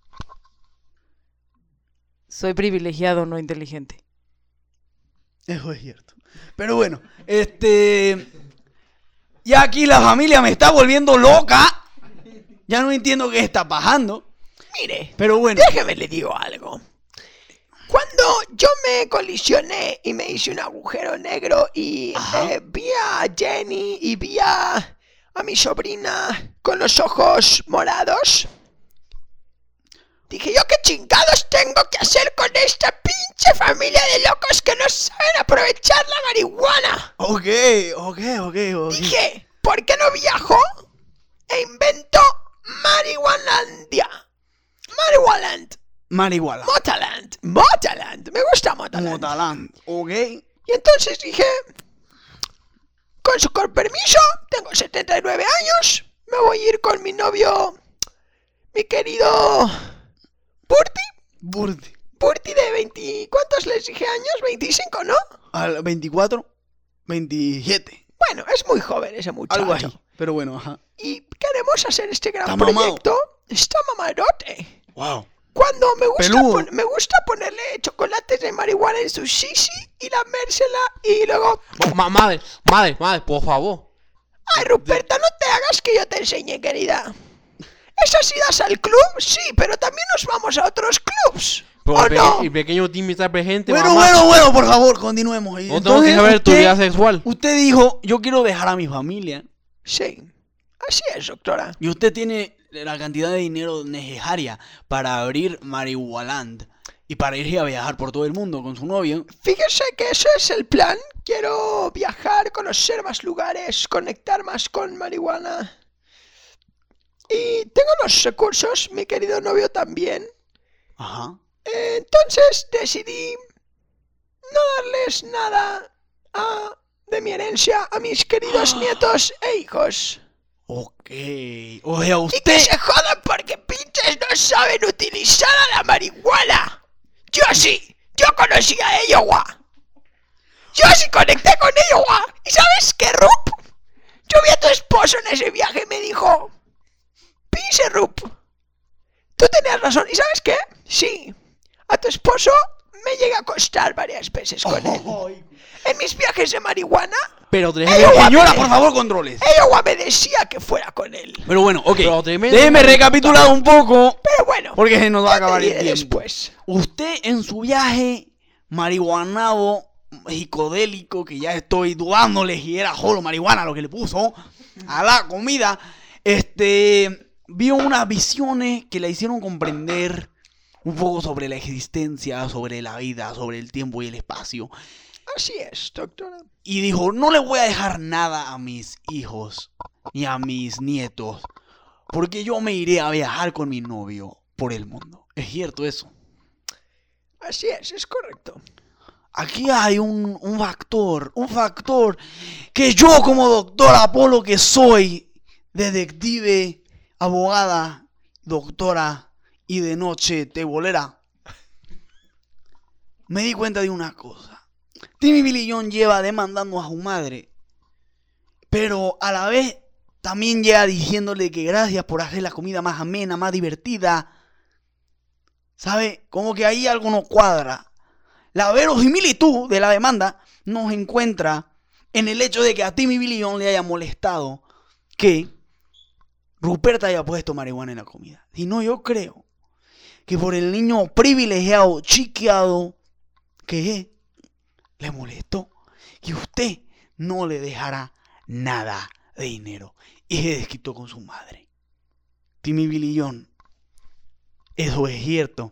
Soy privilegiado, no inteligente. Eso es cierto. Pero bueno, este... ya aquí la familia me está volviendo loca. Ya no entiendo qué está pasando. Mire, Pero bueno. déjeme le digo algo. Cuando yo me colisioné y me hice un agujero negro y eh, vi a Jenny y vi a, a mi sobrina con los ojos morados, dije yo, ¿qué chingados tengo que hacer con esta pinche familia de locos que no saben aprovechar la marihuana? Ok, ok, ok, ok. Dije, ¿por qué no viajo e invento Marihuanlandia? Marihualand. Marihuana. Motaland. Motaland. Me gusta Motaland. Motaland. Ok. Y entonces dije, con su con permiso, tengo setenta y nueve años, me voy a ir con mi novio, mi querido Burti. Burdi. Burti de veinte, ¿cuántos les dije años? veinticinco, ¿no? Al veinticuatro, veintisiete. Bueno, es muy joven ese muchacho. Algo así. Pero bueno, ajá. Y queremos hacer este gran Está mamado. proyecto. Está mamadote. Wow. Cuando me gusta, Peludo. pon- me gusta ponerle chocolates de marihuana en su sisi y lamérsela y luego... Ma- madre, madre, madre, por favor. Ay, Ruperta, no te hagas que yo te enseñe, querida. Esas idas al club, sí, pero también nos vamos a otros clubs. Pero ¿O el, pe- no? el pequeño Timmy está presente, Bueno, mamá. bueno, bueno, por favor, continuemos. No tengo que saber tu vida sexual. Usted dijo, yo quiero dejar a mi familia. Sí, así es, doctora. Y usted tiene la cantidad de dinero necesaria para abrir Marihualand y para ir a viajar por todo el mundo con su novio. Fíjese que ese es el plan. Quiero viajar, conocer más lugares, conectar más con marihuana. Y tengo los recursos, mi querido novio también. Ajá. Eh, Entonces decidí no darles nada a- de mi herencia a mis queridos nietos e hijos. Ok. O sea, Y que usted... se jodan porque pinches no saben utilizar a la marihuana. Yo sí, yo conocí a Iowa. Yo sí conecté con Iowa. ¿Y sabes qué, Rup? Yo vi a tu esposo en ese viaje y me dijo... Pise, Rup. Tú tenías razón. ¿Y sabes qué? Sí. A tu esposo me llegué a acostar varias veces con él. En mis viajes de marihuana... Pero Ey, tremendo. guapo. Señora, por favor, controles. Iowa me decía que fuera con él. Pero bueno, ok. Pero tremendo. Déjeme recapitular un poco. Pero bueno... Porque se nos va a ya te acabar el diré tiempo. después. Usted en su viaje marihuanado, psicodélico, que ya estoy dudándole si era solo marihuana lo que le puso a la comida, este, vio unas visiones que le hicieron comprender un poco sobre la existencia, sobre la vida, sobre el tiempo y el espacio. Así es, doctora. Y dijo, no le voy a dejar nada a mis hijos ni a mis nietos, porque yo me iré a viajar con mi novio por el mundo. ¿Es cierto eso? Así es, es correcto. Aquí hay un, un factor, un factor que yo como doctor Apolo que soy, detective, abogada, doctora y de noche tebolera, me di cuenta de una cosa. Timmy Billy John lleva demandando a su madre, pero a la vez también llega diciéndole que gracias por hacer la comida más amena, más divertida. ¿Sabe? Como que ahí algo no cuadra. La verosimilitud de la demanda nos encuentra en el hecho de que a Timmy Billy John le haya molestado que Ruperta haya puesto marihuana en la comida. Si no, yo creo que por el niño privilegiado, chiqueado que es, le molestó que usted no le dejara nada de dinero y se desquitó con su madre. Timmy Billy John, eso es cierto.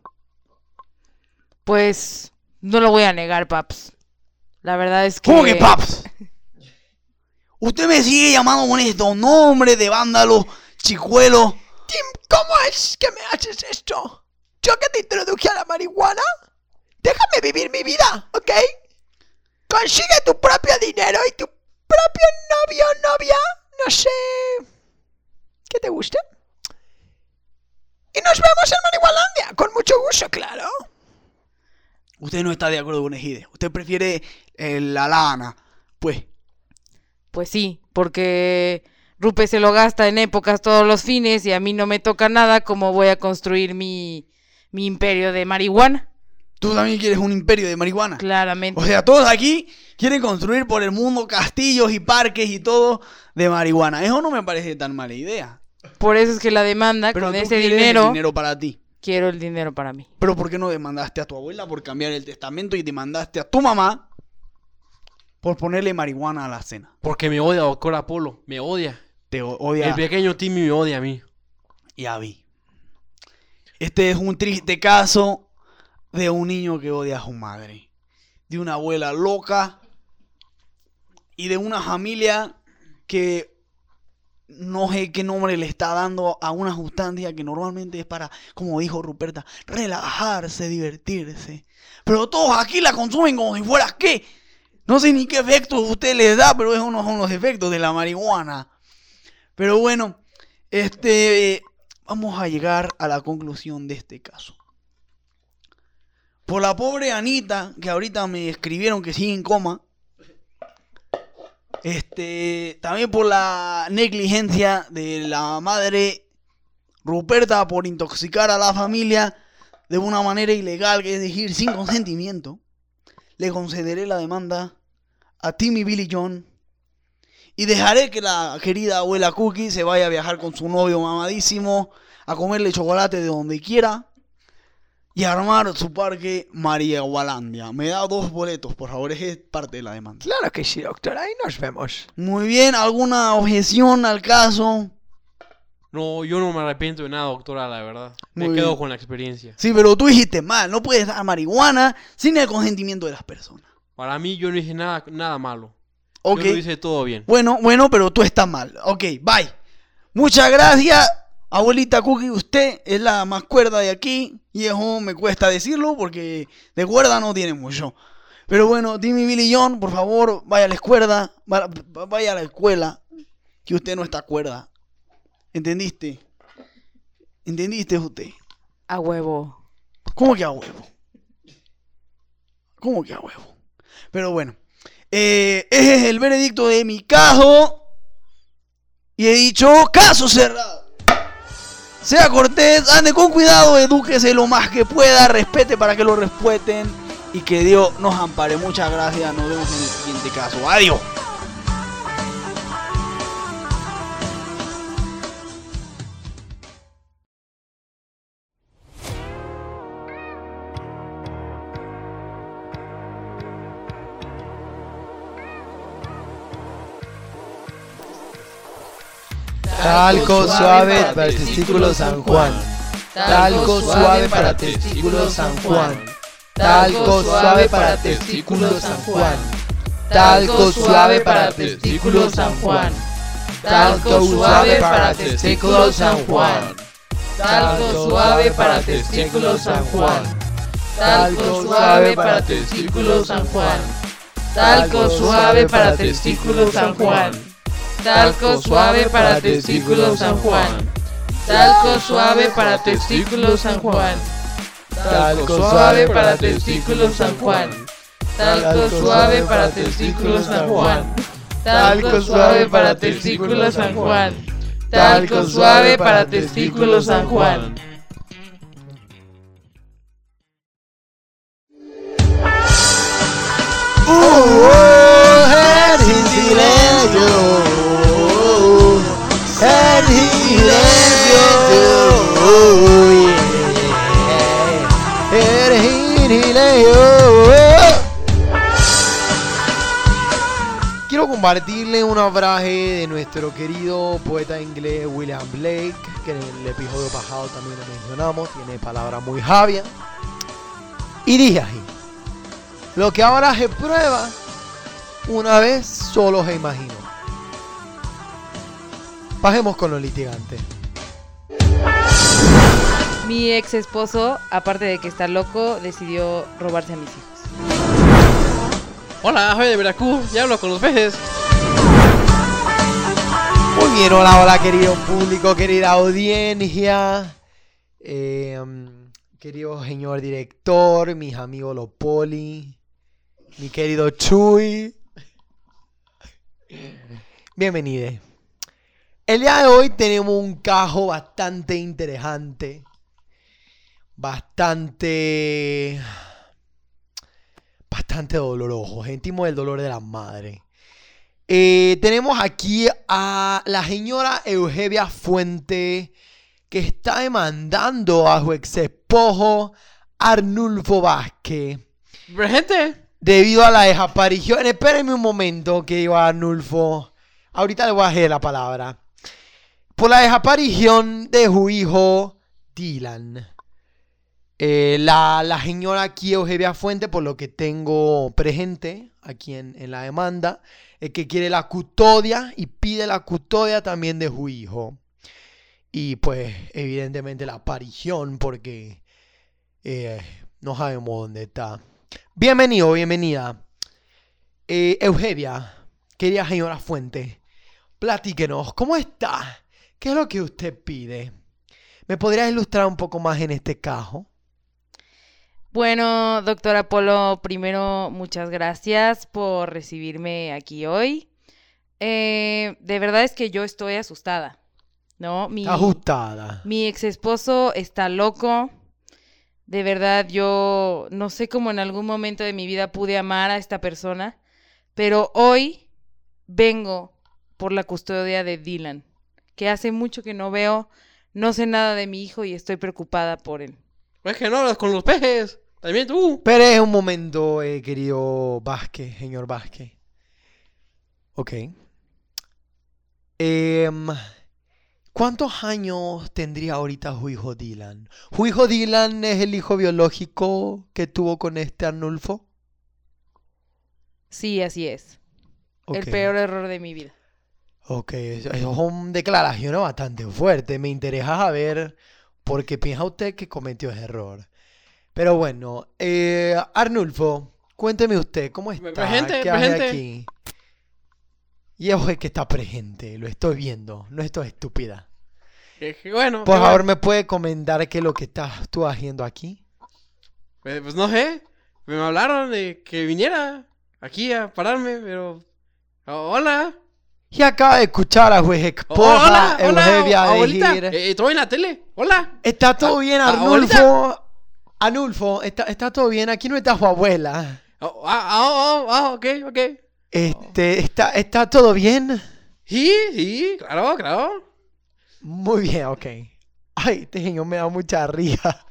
Pues no lo voy a negar, paps. La verdad es que... ¿Cómo que paps? Usted me sigue llamando con estos nombres de vándalos, chicuelos. Tim, ¿cómo es que me haces esto? ¿Yo que te introduje a la marihuana? Déjame vivir mi vida, ¿ok? Consigue tu propio dinero y tu propio novio o novia. No sé... ¿Qué te gusta? Y nos vemos en Marihualandia, con mucho gusto, claro. Usted no está de acuerdo con Ejide. Usted prefiere eh, la lana. Pues, Pues sí, porque Rupe se lo gasta en épocas todos los fines y a mí no me toca nada. ¿Cómo voy a construir mi, mi imperio de marihuana? tú también quieres un imperio de marihuana. Claramente. O sea, todos aquí quieren construir por el mundo castillos y parques y todo de marihuana. Eso no me parece tan mala idea. Por eso es que la demanda, Pero con tú ese quieres dinero, el dinero para ti. quiero el dinero para mí. Pero ¿por qué no demandaste a tu abuela por cambiar el testamento y demandaste a tu mamá por ponerle marihuana a la cena? Porque me odia, doctor Apolo. Me odia. Te o- odia. El pequeño Timmy me odia a mí. Ya vi. Este es un triste caso de un niño que odia a su madre. De una abuela loca. Y de una familia que no sé qué nombre le está dando a una sustancia que normalmente es para, como dijo Ruperta, relajarse, divertirse. Pero todos aquí la consumen como si fuera qué. No sé ni qué efectos usted les da, pero esos no son los efectos de la marihuana. Pero bueno, este, vamos a llegar a la conclusión de este caso. Por la pobre Anita, que ahorita me escribieron que sigue en coma. Este, también por la negligencia de la madre Ruperta por intoxicar a la familia de una manera ilegal, que es decir, sin consentimiento, le concederé la demanda a Timmy Billy John y dejaré que la querida abuela Cookie se vaya a viajar con su novio mamadísimo a comerle chocolate de donde quiera y a armar su parque Marihualandia. Me da dos boletos, por favor, es parte de la demanda. Claro que sí, doctor. Ahí nos vemos. Muy bien, ¿alguna objeción al caso? No, yo no me arrepiento de nada, doctora, la verdad. Me Muy quedo bien. con la experiencia. Sí, pero tú dijiste mal, no puedes dar marihuana sin el consentimiento de las personas. Para mí yo no hice nada, nada malo. Ok, Yo lo hice todo bien. bueno, bueno, pero tú estás mal. Ok, bye. Muchas gracias, abuelita Cookie, usted es la más cuerda de aquí. Y eso me cuesta decirlo porque de cuerda no tiene mucho. Pero bueno, Timmy Billy John, por favor, vaya a la escuela, va- vaya a la escuela, que usted no está cuerda. ¿Entendiste? ¿Entendiste usted? A huevo. ¿Cómo que a huevo? ¿Cómo que a huevo? Pero bueno, eh, ese es el veredicto de mi caso. Y he dicho, caso cerrado. Sea cortés, ande con cuidado, edúquese lo más que pueda, respete para que lo respeten. Y que Dios nos ampare. Muchas gracias, nos vemos en el siguiente caso. Adiós. Talco suave para testículos San Juan. Talco suave para testículos San Juan. Talco suave para testículos San Juan. Talco suave para testículos San Juan. Talco suave para testículos San Juan. Talco suave para testículos San Juan. Talco suave para testículos San Juan. Talco suave para testículos San Juan. Talco suave para testículos San Juan. Talco suave para testículos San Juan. Talco suave para testículos San Juan. Talco suave para testículos San Juan. Talco suave para testículos San Juan. Talco suave para testículos San Juan. sin silencio. En silencio. Quiero compartirle una frase de nuestro querido poeta inglés William Blake, que en el episodio pasado también lo mencionamos, tiene palabras muy sabias. Y dije así: lo que ahora se prueba, una vez solo se imaginó. Bajemos con los litigantes. Mi ex esposo, aparte de que está loco, decidió robarse a mis hijos. Hola, soy de Veracruz y hablo con los peces. Muy bien, hola, hola, querido público, querida audiencia. eh, um, querido señor director, mis amigos los poli, mi querido Chuy. Bienvenido. El día de hoy tenemos un caso bastante interesante, bastante, bastante doloroso. Sentimos el dolor de la madre. Eh, tenemos aquí a la señora Eugenia Fuente, que está demandando a su ex esposo Arnulfo Vázquez. Gente. Debido a la desaparición. Espérenme un momento, que iba Arnulfo. Ahorita le voy a hacer la palabra. Por la desaparición de su hijo Dylan. Eh, la, la señora aquí, Eugenia Fuente, por lo que tengo presente aquí en, en la demanda, es que quiere la custodia y pide la custodia también de su hijo. Y pues, evidentemente, la aparición, porque eh, no sabemos dónde está. Bienvenido, bienvenida. Eh, Eugenia, querida señora Fuente, platíquenos, ¿cómo está? ¿Qué es lo que usted pide? ¿Me podrías ilustrar un poco más en este caso? Bueno, doctor Apolo, primero muchas gracias por recibirme aquí hoy. Eh, de verdad es que yo estoy asustada, ¿no? Mi, Ajustada. Mi ex esposo está loco. De verdad, yo no sé cómo en algún momento de mi vida pude amar a esta persona, pero hoy vengo por la custodia de Dylan, que hace mucho que no veo, no sé nada de mi hijo y estoy preocupada por él. Es que no hablas con los pejes. También tú. Espere un momento, eh, querido Vázquez, señor Vázquez. Ok. Eh, ¿Cuántos años tendría ahorita su hijo Dylan? ¿Su hijo Dylan es el hijo biológico que tuvo con este Arnulfo? Sí, así es. Ok. El peor error de mi vida. Ok, eso, eso son declaraciones bastante fuertes. Me interesa saber por qué piensa usted que cometió ese error. Pero bueno, eh, Arnulfo, cuénteme usted, ¿cómo está? Presente, ¿Qué hace presente. aquí? Y es que está presente, lo estoy viendo, no estoy estúpida. Que, que bueno. Por que favor, bueno. ¿me puede comentar qué es lo que estás tú haciendo aquí? Eh, Pues no sé. Me hablaron de que viniera aquí a pararme, pero... Oh, hola. Y acaba de escuchar a su Oh, esposa hola, hola, Eugenia abuelita. decir... Eh, estoy en la tele. Hola. ¿Está todo bien, Ah, Arnulfo? Arnulfo, ¿está, está todo bien? Aquí no está su abuela. Oh, ah, ah, ah, ah, ok, ok. Este, ¿está, ¿está todo bien? Sí, sí, claro, claro. Muy bien, ok. Ay, este señor me da mucha risa.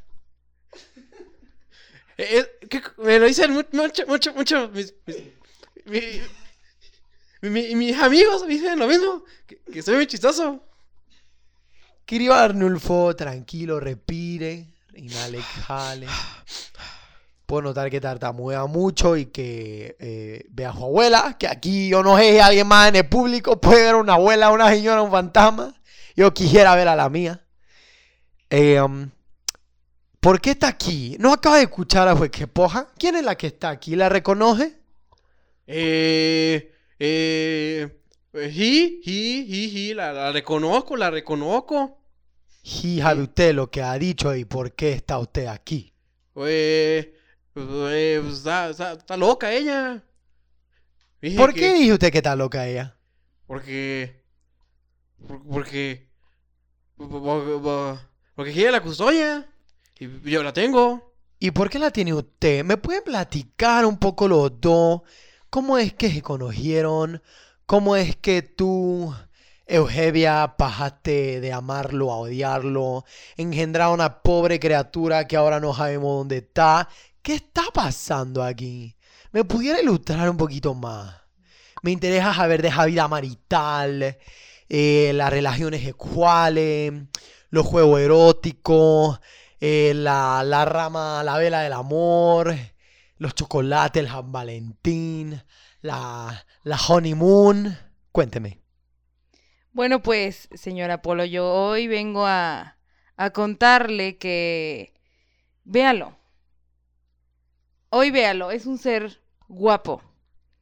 Eh, eh, que- me lo dicen mu- mucho, mucho, mucho. Mis, mis, mi- mi- mi- mis amigos me dicen lo mismo. Que, que soy muy chistoso. Querido Arnulfo, tranquilo, respire, inhale, exhale. Puedo notar que tartamudea mucho y que eh, ve a su abuela, que aquí yo no sé, alguien más en el público puede ver una abuela, una señora, un fantasma. Yo quisiera ver a la mía. Eh, um, ¿Por qué está aquí? ¿No acaba de escuchar a su esposa? ¿Quién es la que está aquí? ¿La reconoce? Eh, eh, eh, sí, sí, sí, sí, la, la reconozco, la reconozco. Sí, sabe usted lo que ha dicho y por qué está usted aquí. Eh, pues, eh, pues, está, está, está loca ella. Dije ¿Por que- qué dice usted que está loca ella? Porque. por- Porque. por- por- por- Porque quiere la custodia. Y yo la tengo. ¿Y por qué la tiene usted? ¿Me puede platicar un poco los dos? ¿Cómo es que se conocieron? ¿Cómo es que tú, Eugenia, pasaste de amarlo a odiarlo? Engendrar a una pobre criatura que ahora no sabemos dónde está. ¿Qué está pasando aquí? ¿Me pudiera ilustrar un poquito más? Me interesa saber de esa vida marital, eh, las relaciones sexuales, los juegos eróticos, eh, la, la rama, la vela del amor, los chocolates, el San Valentín, la, la honeymoon. Cuénteme. Bueno, pues, señora Polo, yo hoy vengo a, a contarle que... Véalo. Hoy véalo, es un ser guapo.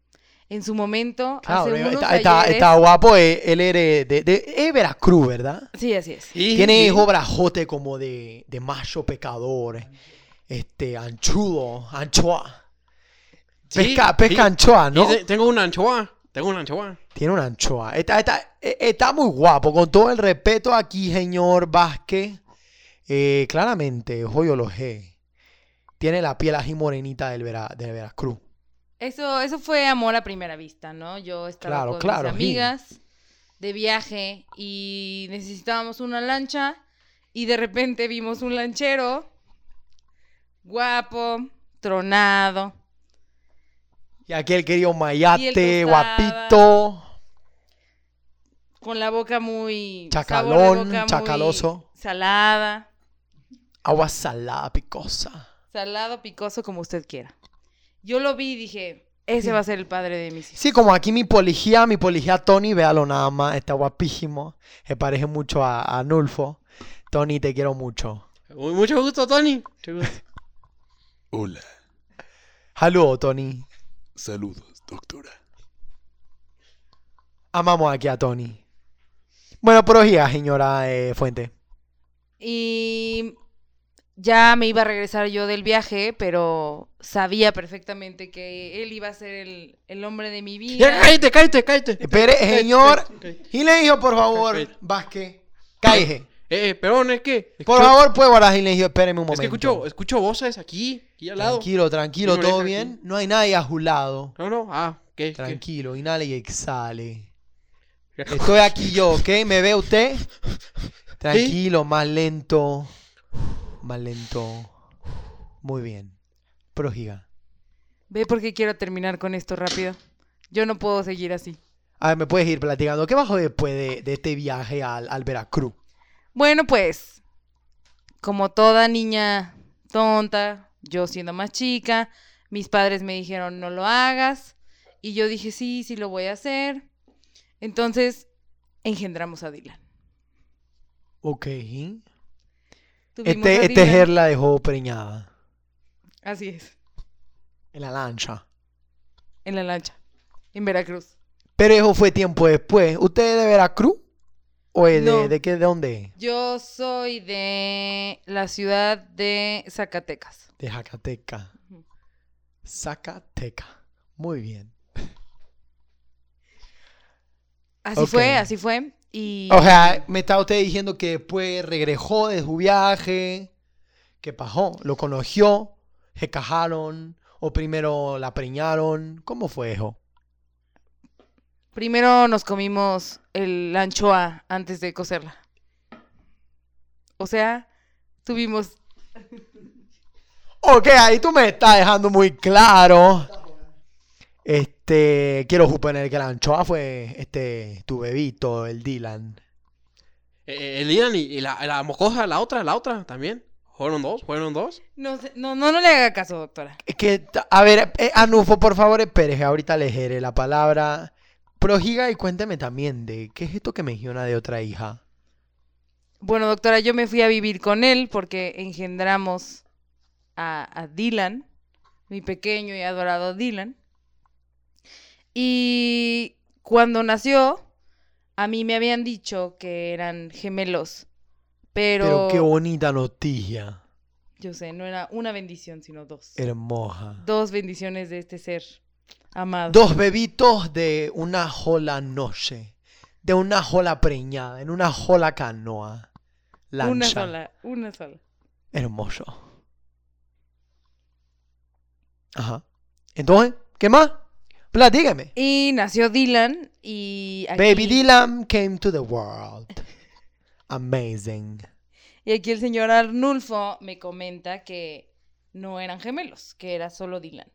en su momento, Claro, hace unos está, está, ayeres- está guapo. Él, él era de, de, de- es Veracruz, ¿verdad? Sí, así es. Sí, Tiene sí. hijo brajote como de, de macho pecador. Este, anchudo, anchoa. Sí, Pesca, pesca sí. anchoa, ¿no? Sí, te- tengo una anchoa. Tengo una anchoa. Tiene una anchoa. Está, está, eh, está muy guapo. Con todo el respeto aquí, señor Vázquez. Eh, claramente, joyo lo G. Tiene la piel así morenita del, Vera, del Veracruz. Eso, eso fue amor a primera vista, ¿no? Yo estaba Claro, con claro, mis amigas de viaje y necesitábamos una lancha y de repente vimos un lanchero guapo, tronado, Y aquel querido Y mayate, él guapito. con la boca muy... Chacalón, sabor de boca muy chacaloso. salada, Agua salada, picosa. salado, picoso, como usted quiera. Yo lo vi y dije, ese va a ser el padre de mis hijos. Sí, como aquí mi policía, mi policía Tony, véalo nada más, está guapísimo. Se parece mucho a, a Nulfo. Tony, te quiero mucho. Muy- Mucho gusto, Tony. Mucho gusto. Hola, Saludos, Tony. saludos, doctora. Amamos aquí a Tony. Bueno, prosiga, señora eh, Fuente. Y ya me iba a regresar yo del viaje, pero sabía perfectamente que él iba a ser el, el hombre de mi Ya, vida. cállate, cállate, cállate. Espere, señor. Cállate. Gilegio, por favor, Cállate. Vázquez. Cállese. Eh, eh, perdón, es que... Por escucho- favor, puede guardar Gilegio, espéreme un Es momento. que escucho, escucho voces aquí, aquí al lado. Tranquilo, tranquilo, Dime, ¿todo oreja, bien? No hay nadie a su lado. No, no, ah, ¿qué? qué? Tranquilo, inhale y exhale. Estoy aquí yo, ¿ok? ¿Me ve usted? Tranquilo, más lento. Más lento. Muy bien. Prosiga. ¿Ve por qué quiero terminar con esto rápido? Yo no puedo seguir así. A ver, ¿me puedes ir platicando? ¿Qué pasó después de, de este viaje al, al Veracruz? Bueno, pues, como toda niña tonta, yo siendo más chica, mis padres me dijeron no lo hagas y yo dije sí, sí lo voy a hacer. Entonces, engendramos a Dylan. Ok. Tuvimos Este, a este Dylan. Ger la dejó preñada. Así es, En la lancha. en la lancha, en Veracruz. Pero eso fue tiempo después. ¿Usted es de Veracruz? ¿O es de, No. de qué? ¿De dónde? Yo soy de la ciudad de Zacatecas. De Zacatecas. Ujú. Zacatecas. Muy bien. Así Ok. fue, así fue. Y O sea, me está usted diciendo que después regresó de su viaje. ¿Qué pasó? ¿Lo conoció? ¿Se casaron? ¿O primero la preñaron? ¿Cómo fue eso? primero nos comimos el la anchoa antes de cocerla. O sea, tuvimos... Ok, ahí tú me estás dejando muy claro. Este, quiero suponer que la anchoa fue este tu bebito, el Dylan. Eh, el Dylan y, y la, la mocosa, la otra, la otra también. ¿Fueron dos? ¿Fueron dos? No, sé- no, no, no le haga caso, doctora. Es que, ta- a ver, eh, Anufo, por favor, espere, ahorita le jere la palabra. Prosiga y cuénteme también de qué es esto que menciona de otra hija. Bueno, doctora, yo me fui a vivir con él porque engendramos a, a Dylan, mi pequeño y adorado Dylan. Y cuando nació, a mí me habían dicho que eran gemelos, pero, Pero qué bonita noticia. yo sé, no era una bendición, sino dos. Hermosa. Dos bendiciones de este ser amado. Dos bebitos de una jola noche. De una jola preñada, en una jola canoa. Lancha. Una sola, una sola. Hermoso. Ajá. Entonces, ¿qué más? Platíqueme. Y nació Dylan y aquí, Baby Dylan came to the world. Amazing. y aquí el señor Arnulfo me comenta que no eran gemelos, que era solo Dylan.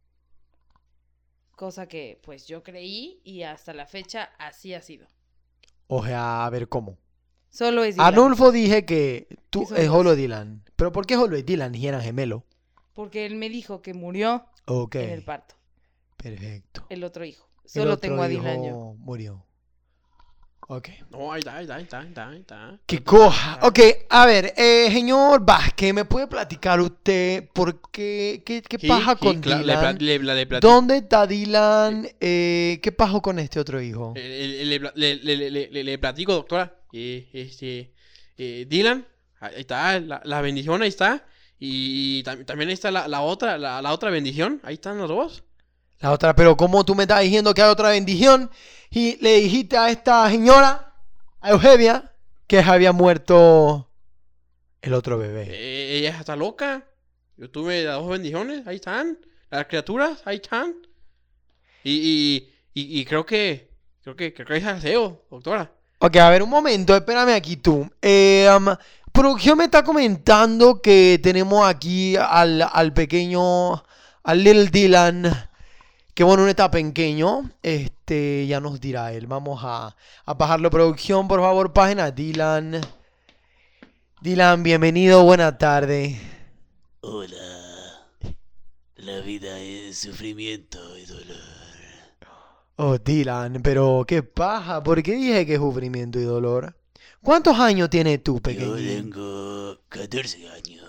Cosa que pues yo creí y hasta la fecha así ha sido. O sea, a ver cómo. Solo es Dylan. Anulfo dije que tú Sí, son es dos. solo Dylan. ¿Pero por qué solo es Dylan y eran gemelo? Porque él me dijo que murió Ok. en el parto. Perfecto. El otro hijo. El Solo otro tengo a Dylan hijo yo. murió. Ok. No, ahí está, ahí está, ahí está, ahí está, ahí está. Que coja. Ok, a ver, eh, señor Vázquez, ¿me puede platicar usted por qué, qué, qué Sí, paja sí, con claro, le Dylan? plat- le- la le platico. ¿Dónde está Dylan? Eh, ¿qué pasó con este otro hijo? Eh, Le, le- le- le- le- le- le- le platico, doctora. Eh, este, eh, Dylan, ahí está, la, la bendición, ahí está. Y tam- también ahí está la, la otra, la, la otra bendición. Ahí están los dos. La otra, pero ¿cómo tú me estás diciendo que hay otra bendición? Y le dijiste a esta señora, a Eugenia, que había muerto el otro bebé. Eh, ella está loca. Yo tuve las dos bendiciones, ahí están. Las criaturas, ahí están. Y, y, y, y creo que, creo que, creo que es aseo, doctora. Ok, a ver, un momento, espérame aquí tú. Eh, um, producción me está comentando que tenemos aquí al, al pequeño, al Little Dylan, que bueno, no está pequeño, este, ya nos dirá él. Vamos a, a bajarlo, producción, por favor, página Dylan. Dylan, bienvenido, buena tarde. Hola. La vida es sufrimiento y dolor. Oh, Dylan, pero qué paja, ¿por qué dije que es sufrimiento y dolor? ¿Cuántos años tienes tú, Yo pequeñín? tengo catorce años.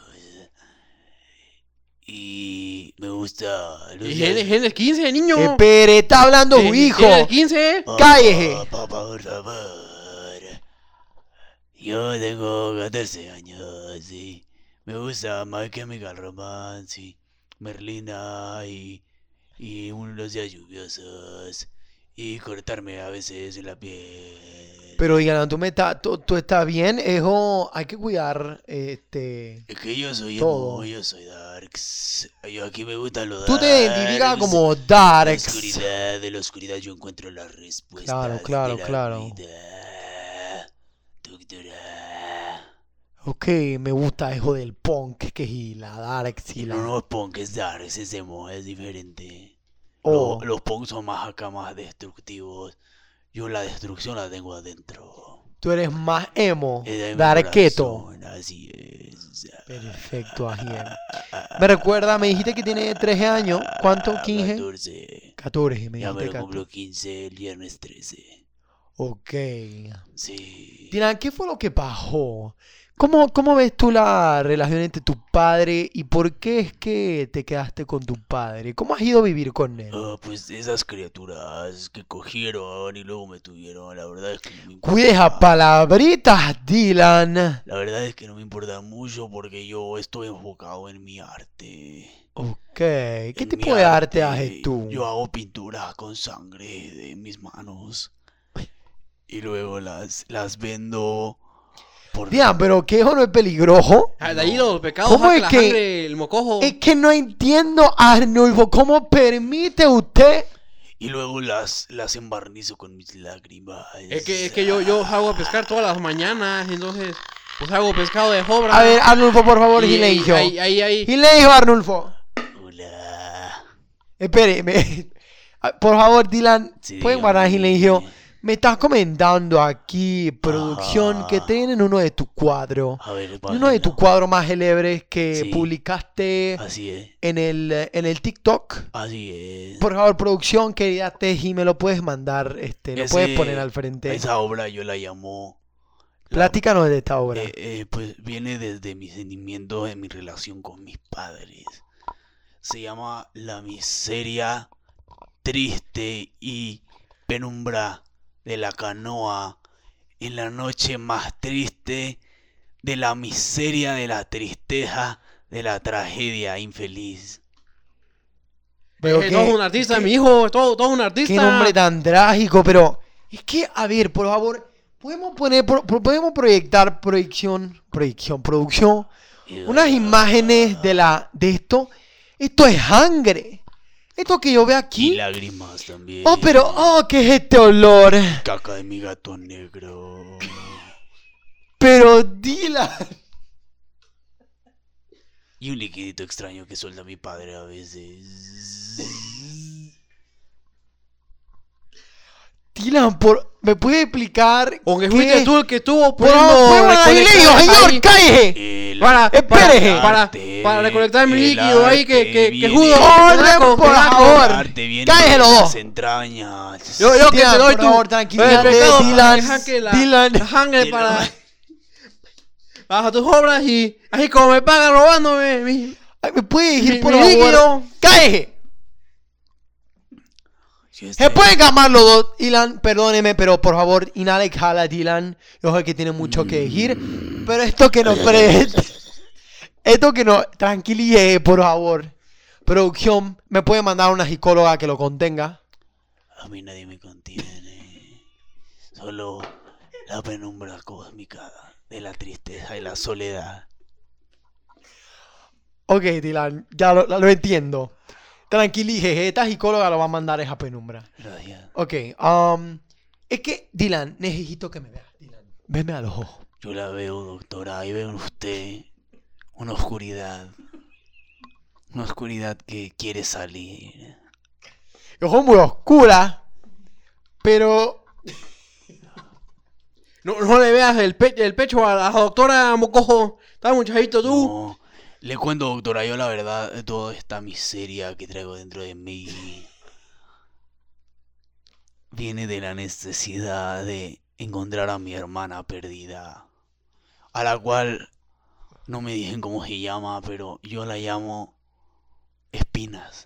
Y me gusta los Y días- Genes, Genes quince, niño. Espere, está hablando Eh, su hijo. Genes quince. Oh, cállese. Papá, por favor. Yo tengo catorce años y me gusta My Chemical Romance y Merlina y, y unos días lluviosos y cortarme a veces en la piel. Pero digan, ¿tú, me estás- tú, tú estás bien? Hijo, hay que cuidar, este... Es que yo soy todo. emo, yo soy darks. Yo aquí me gusta lo Tú te darks. identificas como La Darks. oscuridad, de la oscuridad yo encuentro las respuestas. Claro, claro, de la claro. vida. Doctora. Ok, me gusta hijo del punk, que es la Darks y la... No, no es punk, es darks, es emo, es diferente. Oh. Lo- los punk son más acá, más destructivos. Yo la destrucción la tengo adentro. Tú eres más emo, Es de mi darketo. corazón, así es. Perfecto, Ajiel. Me recuerda, me dijiste que tiene trece años. ¿Cuánto? ¿quince? catorce. catorce, me Ya me dijiste lo catorce. cumplo quince el viernes trece. Ok. Sí. Dylan, ¿qué fue lo que pasó? ¿Cómo, ¿Cómo ves tú la relación entre tu padre y por qué es que te quedaste con tu padre? ¿Cómo has ido a vivir con él? Ah, pues esas criaturas que cogieron y luego me tuvieron, la verdad es que no me importa. Cuide esas palabritas, Dylan. La verdad es que no me importa mucho porque yo estoy enfocado en mi arte. Ok. ¿Qué En tipo mi de arte haces tú? Yo hago pinturas con sangre de mis manos. Y luego las, las vendo por... Dylan, pero ¿qué eso no es peligroso? Ah, de ahí los pecados, ¿Cómo saca es la que- sangre, el mocojo. Es que no entiendo, Arnulfo, ¿cómo permite usted? Y luego las, las embarnizo con mis lágrimas. Es que, es que yo, yo hago pescar todas las mañanas, entonces, pues hago pescado de obra. A ver, Arnulfo, por favor, Y- silencio. Ahí, ahí, ahí. Silencio, Arnulfo. Hola. Espéreme. Por favor, Dylan, Sí, pueden guardar dígame. silencio. Me estás comentando aquí, producción, Ajá. que tienen uno de tus cuadros. A ver, Uno de tus página. cuadros más célebres que Sí. publicaste Así es. en el, en el TikTok. Así es. Por favor, producción, querida Teji, me lo puedes mandar, este, lo Ese- puedes poner al frente. Esa obra yo la llamo... la- Platícanos de esta obra. Eh, eh, pues viene desde mis sentimientos en mi relación con mis padres. Se llama La miseria triste y penumbra de la canoa en la noche más triste de la miseria, de la tristeza, de la tragedia infeliz. Pero Eh, qué- todo un artista, qué- mi hijo, todo, todo un artista. Qué nombre tan trágico, pero es que, a ver, por favor, podemos poner, pro- pro- podemos proyectar proyección, proyección, producción, unas imágenes de la, de esto. Esto es sangre. Esto que yo veo Y aquí. lágrimas también. Oh, pero, oh, ¿qué es este olor? Caca de mi gato negro. Pero, Dylan. Y un liquidito extraño que suelta mi padre a veces. Dylan, por, ¿me puede explicar? O que qué? fuiste tú el que estuvo Por favor, poniendo ¿puede mandar el líquido, recolectores señor? ahí. ¡Cállese! El Para, Espere. para, para, arte, para recolectar mi el líquido ahí que, arte que, que viene- judo. ¡Orden, pedaco, por pedaco. favor! El arte viene Cállese de los las dos. entrañas. Yo, yo que Dylan, te doy por tu favor, el tranquilízate, pescado para Dylan, dejar que la, Dylan. la sangre Dylan. para baja tus obras y así como me pagan robándome mi, Ay, ¿me puede decir, mi, por mi favor? líquido. ¡Cállese! Yo Se estoy- pueden calmar los dos, Dylan, perdóneme, pero por favor, inhala y jala, Dylan. Yo sé que tiene mucho que decir, pero esto que no pre... Esto que no... Tranquilíe, por favor. Producción, ¿me puede mandar una psicóloga que lo contenga? A mí nadie me contiene. Solo la penumbra cósmica de la tristeza y la soledad. Ok, Dylan, ya lo, lo entiendo. Tranquilíjese, esta psicóloga lo va a mandar a esa penumbra. Gracias. Ok, um, es que, Dylan, necesito que me veas, Dylan. Veme a los ojos. Yo la veo, doctora, y veo en usted una oscuridad. Una oscuridad que quiere salir. Ojos muy oscura, pero... No, no le veas el, pe el pecho a la doctora Mocojo. Está muchachito tú. No, le cuento, doctora, yo la verdad, de toda esta miseria que traigo dentro de mí viene de la necesidad de encontrar a mi hermana perdida, a la cual no me dicen cómo se llama, pero yo la llamo Espinas,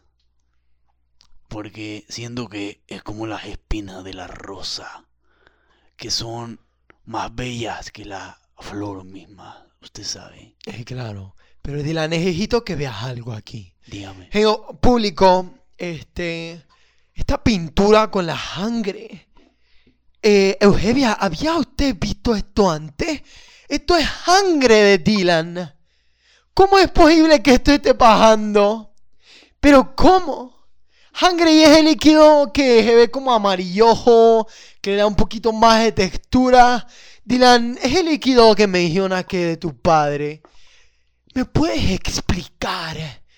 porque siento que es como las espinas de la rosa, que son más bellas que la flor misma, usted sabe. Eh, claro, pero Dylan, necesito que veas algo aquí. Dígame. Hey, oh, público, este... Esta pintura con la sangre. Eh, Eugenia, ¿había usted visto esto antes? Esto es sangre de Dylan. ¿Cómo es posible que esto esté pasando? ¿Pero cómo? Sangre y ese líquido que se ve como amarillojo, que le da un poquito más de textura. Dylan, ese líquido que me dijeron que de tu padre. ¿Me puedes explicar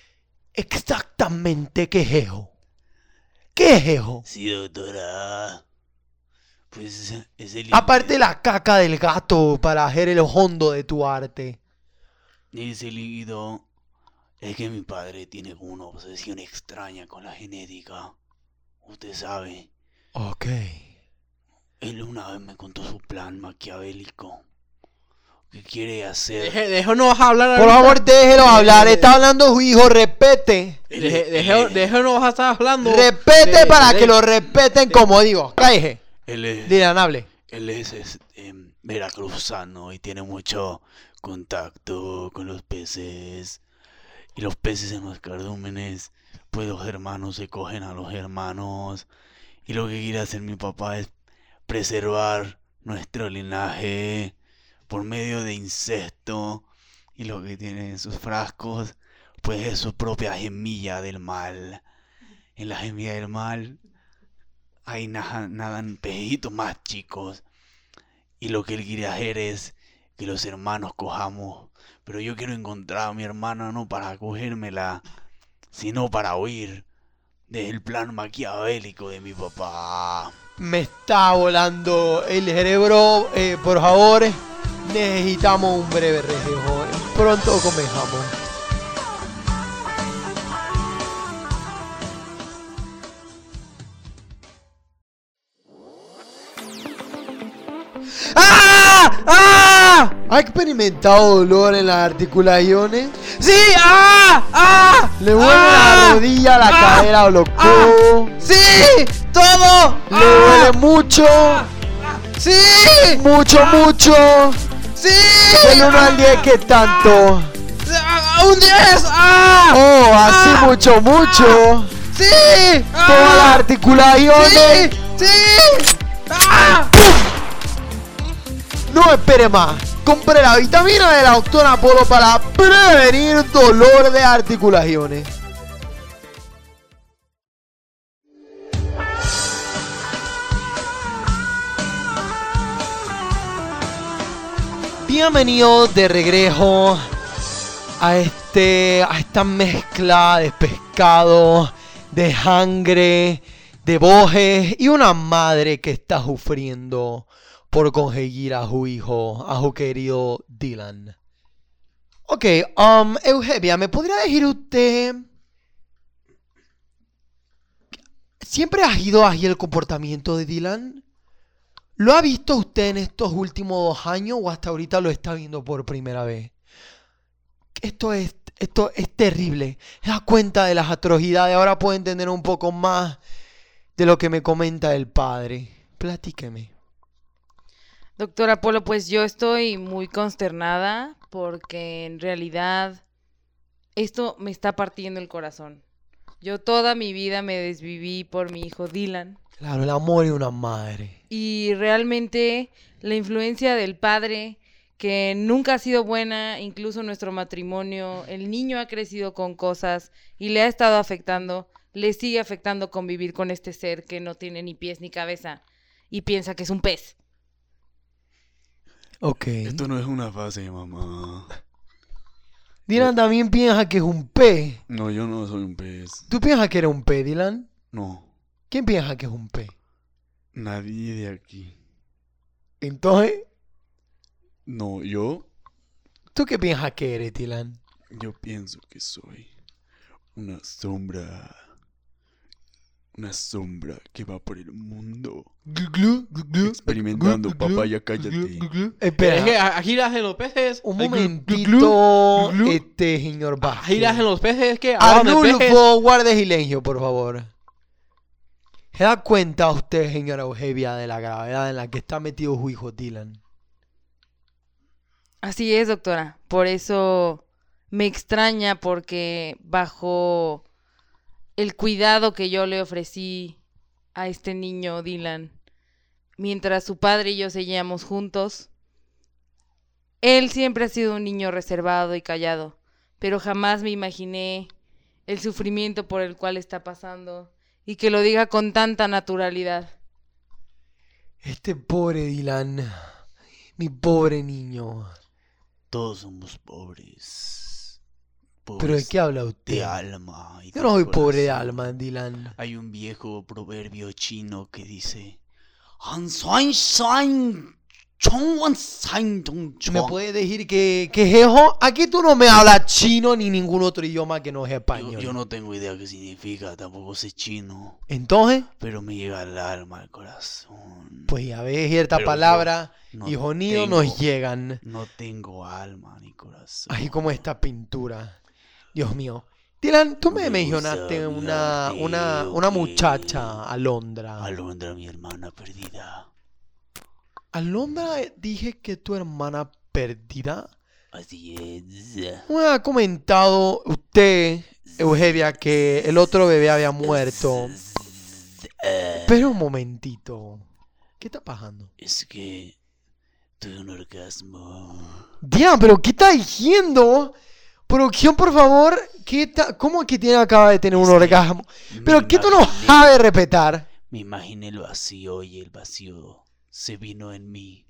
exactamente qué es eso? ¿Qué es eso? Sí, doctora. Pues ese líquido, Aparte la caca del gato para hacer el hondo de tu arte. ese líquido es que mi padre tiene como una obsesión extraña con la genética. Usted sabe. Ok. Él una vez me contó su plan maquiavélico. Que quiere hacer. Deje, deje no vas a hablar Por ahorita. favor, déjelo hablar. Está hablando su hijo, respete. Deje, deje, deje no vas a estar hablando. Respete de- para de- que lo respeten como digo. Cállese. Él es, Dylan, hable. él es, es, em, veracruzano y tiene mucho contacto con los peces. Y los peces en los cardúmenes, pues los hermanos se cogen a los hermanos. Y lo que quiere hacer mi papá es preservar nuestro linaje por medio de incesto. Y lo que tiene en sus frascos, pues es su propia semilla del mal. En la semilla del mal ahí nadan, nadan pececitos más chicos. Y lo que él quiere hacer es que los hermanos cojamos. Pero yo quiero encontrar a mi hermana no para cogérmela, sino para huir del plan maquiavélico de mi papá. Me está volando el cerebro. Eh, por favor, necesitamos un breve reflejo. Pronto comenzamos. ¡Ah! ¡Ah! ¿Ha experimentado dolor en las articulaciones? ¡Sí! ¡Ah! ¡Ah! ¿Le duele ¡Ah! la rodilla, la ¡Ah! cadera o los codos? ¡Sí! ¡Todo! ¿Le ¡Ah! duele mucho? ¡Sí! Mucho, mucho. ¡Sí! Del uno al diez, ¿qué tanto? ¡Ah! ¡Un diez! ¡Ah! Oh, así ¡Ah! mucho, mucho. ¡Sí! Todas las articulaciones. ¡Sí! ¡Sí! ¡Ah! No espere más. Compre la vitamina de la doctora Apolo para prevenir dolor de articulaciones. Bienvenidos de regreso a este a esta mezcla de pescado, de sangre, de voces y una madre que está sufriendo por conseguir a su hijo, a su querido Dylan. Ok, um, Eugenia, ¿me podría decir usted... ¿Siempre ha ido así el comportamiento de Dylan? ¿Lo ha visto usted en estos últimos dos años o hasta ahorita lo está viendo por primera vez? Esto es, esto es terrible. Se da cuenta de las atrocidades. Ahora puedo entender un poco más de lo que me comenta el padre. Platíqueme. Doctor Apolo, pues yo estoy muy consternada porque en realidad esto me está partiendo el corazón. Yo toda mi vida me desviví por mi hijo Dylan. Claro, el amor de una madre. Y realmente la influencia del padre, que nunca ha sido buena, incluso nuestro matrimonio, el niño ha crecido con cosas y le ha estado afectando, le sigue afectando convivir con este ser que no tiene ni pies ni cabeza y piensa que es un pez. Ok. Esto no es una fase, mamá. Dylan también piensa que es un pez. No, yo no soy un pez. ¿Tú piensas que eres un pez, Dylan? No, ¿Quién piensa que es un pez? nadie de aquí. Entonces, No, yo, ¿tú qué piensas que eres, Dylan? yo pienso que soy una sombra. Una sombra que va por el mundo experimentando. Papaya, cállate. Espera. Es que a- aquí le hacen los peces. Un Ay, glu- momentito, glu- glu- este señor Vázquez. Aquí le hacen los peces que hablan de peces. Arnulfo, guarde silencio, por favor. ¿Se da cuenta usted, señora Eugenia, de la gravedad en la que está metido su hijo Dylan? Así es, doctora. Por eso me extraña porque bajo el cuidado que yo le ofrecí a este niño Dylan, mientras su padre y yo seguíamos juntos, él siempre ha sido un niño reservado y callado, pero jamás me imaginé el sufrimiento por el cual está pasando y que lo diga con tanta naturalidad. Este pobre Dylan, mi pobre niño. Todos somos pobres. ¿Pero Pobres de qué habla usted? de alma. Y Yo de no soy pobre de corazón. alma, Dylan. Hay un viejo proverbio chino que dice: "Han suan suan, chong wan san dong ¿Me chuan". puedes decir que, que es eso? Aquí tú no me hablas chino ni ningún otro idioma que no es Yo, español. yo no tengo idea qué significa, tampoco sé chino, Entonces, pero me llega al alma, al corazón. pues ya ves, ciertas Pero yo palabras no y sonidos tengo- nos llegan. No tengo alma ni corazón. Así como esta pintura. Dios mío. Dylan, tú me Me mencionaste gusta una, mirarte, una, una ok. muchacha, Alondra. Alondra, mi hermana perdida. Alondra, dije que tu hermana perdida. Así es. Me ha comentado usted, Eugenia, que el otro bebé había muerto. Eh, Pero un momentito. ¿Qué está pasando? Es que tuve un orgasmo. Dylan, ¿pero qué está diciendo? Producción, por favor. ¿Qué ta- ¿Cómo que tiene acaba de tener un Es que orgasmo? Me ¿Pero qué tú no imaginé- sabes respetar? Me imaginé el vacío y el vacío se vino en mí.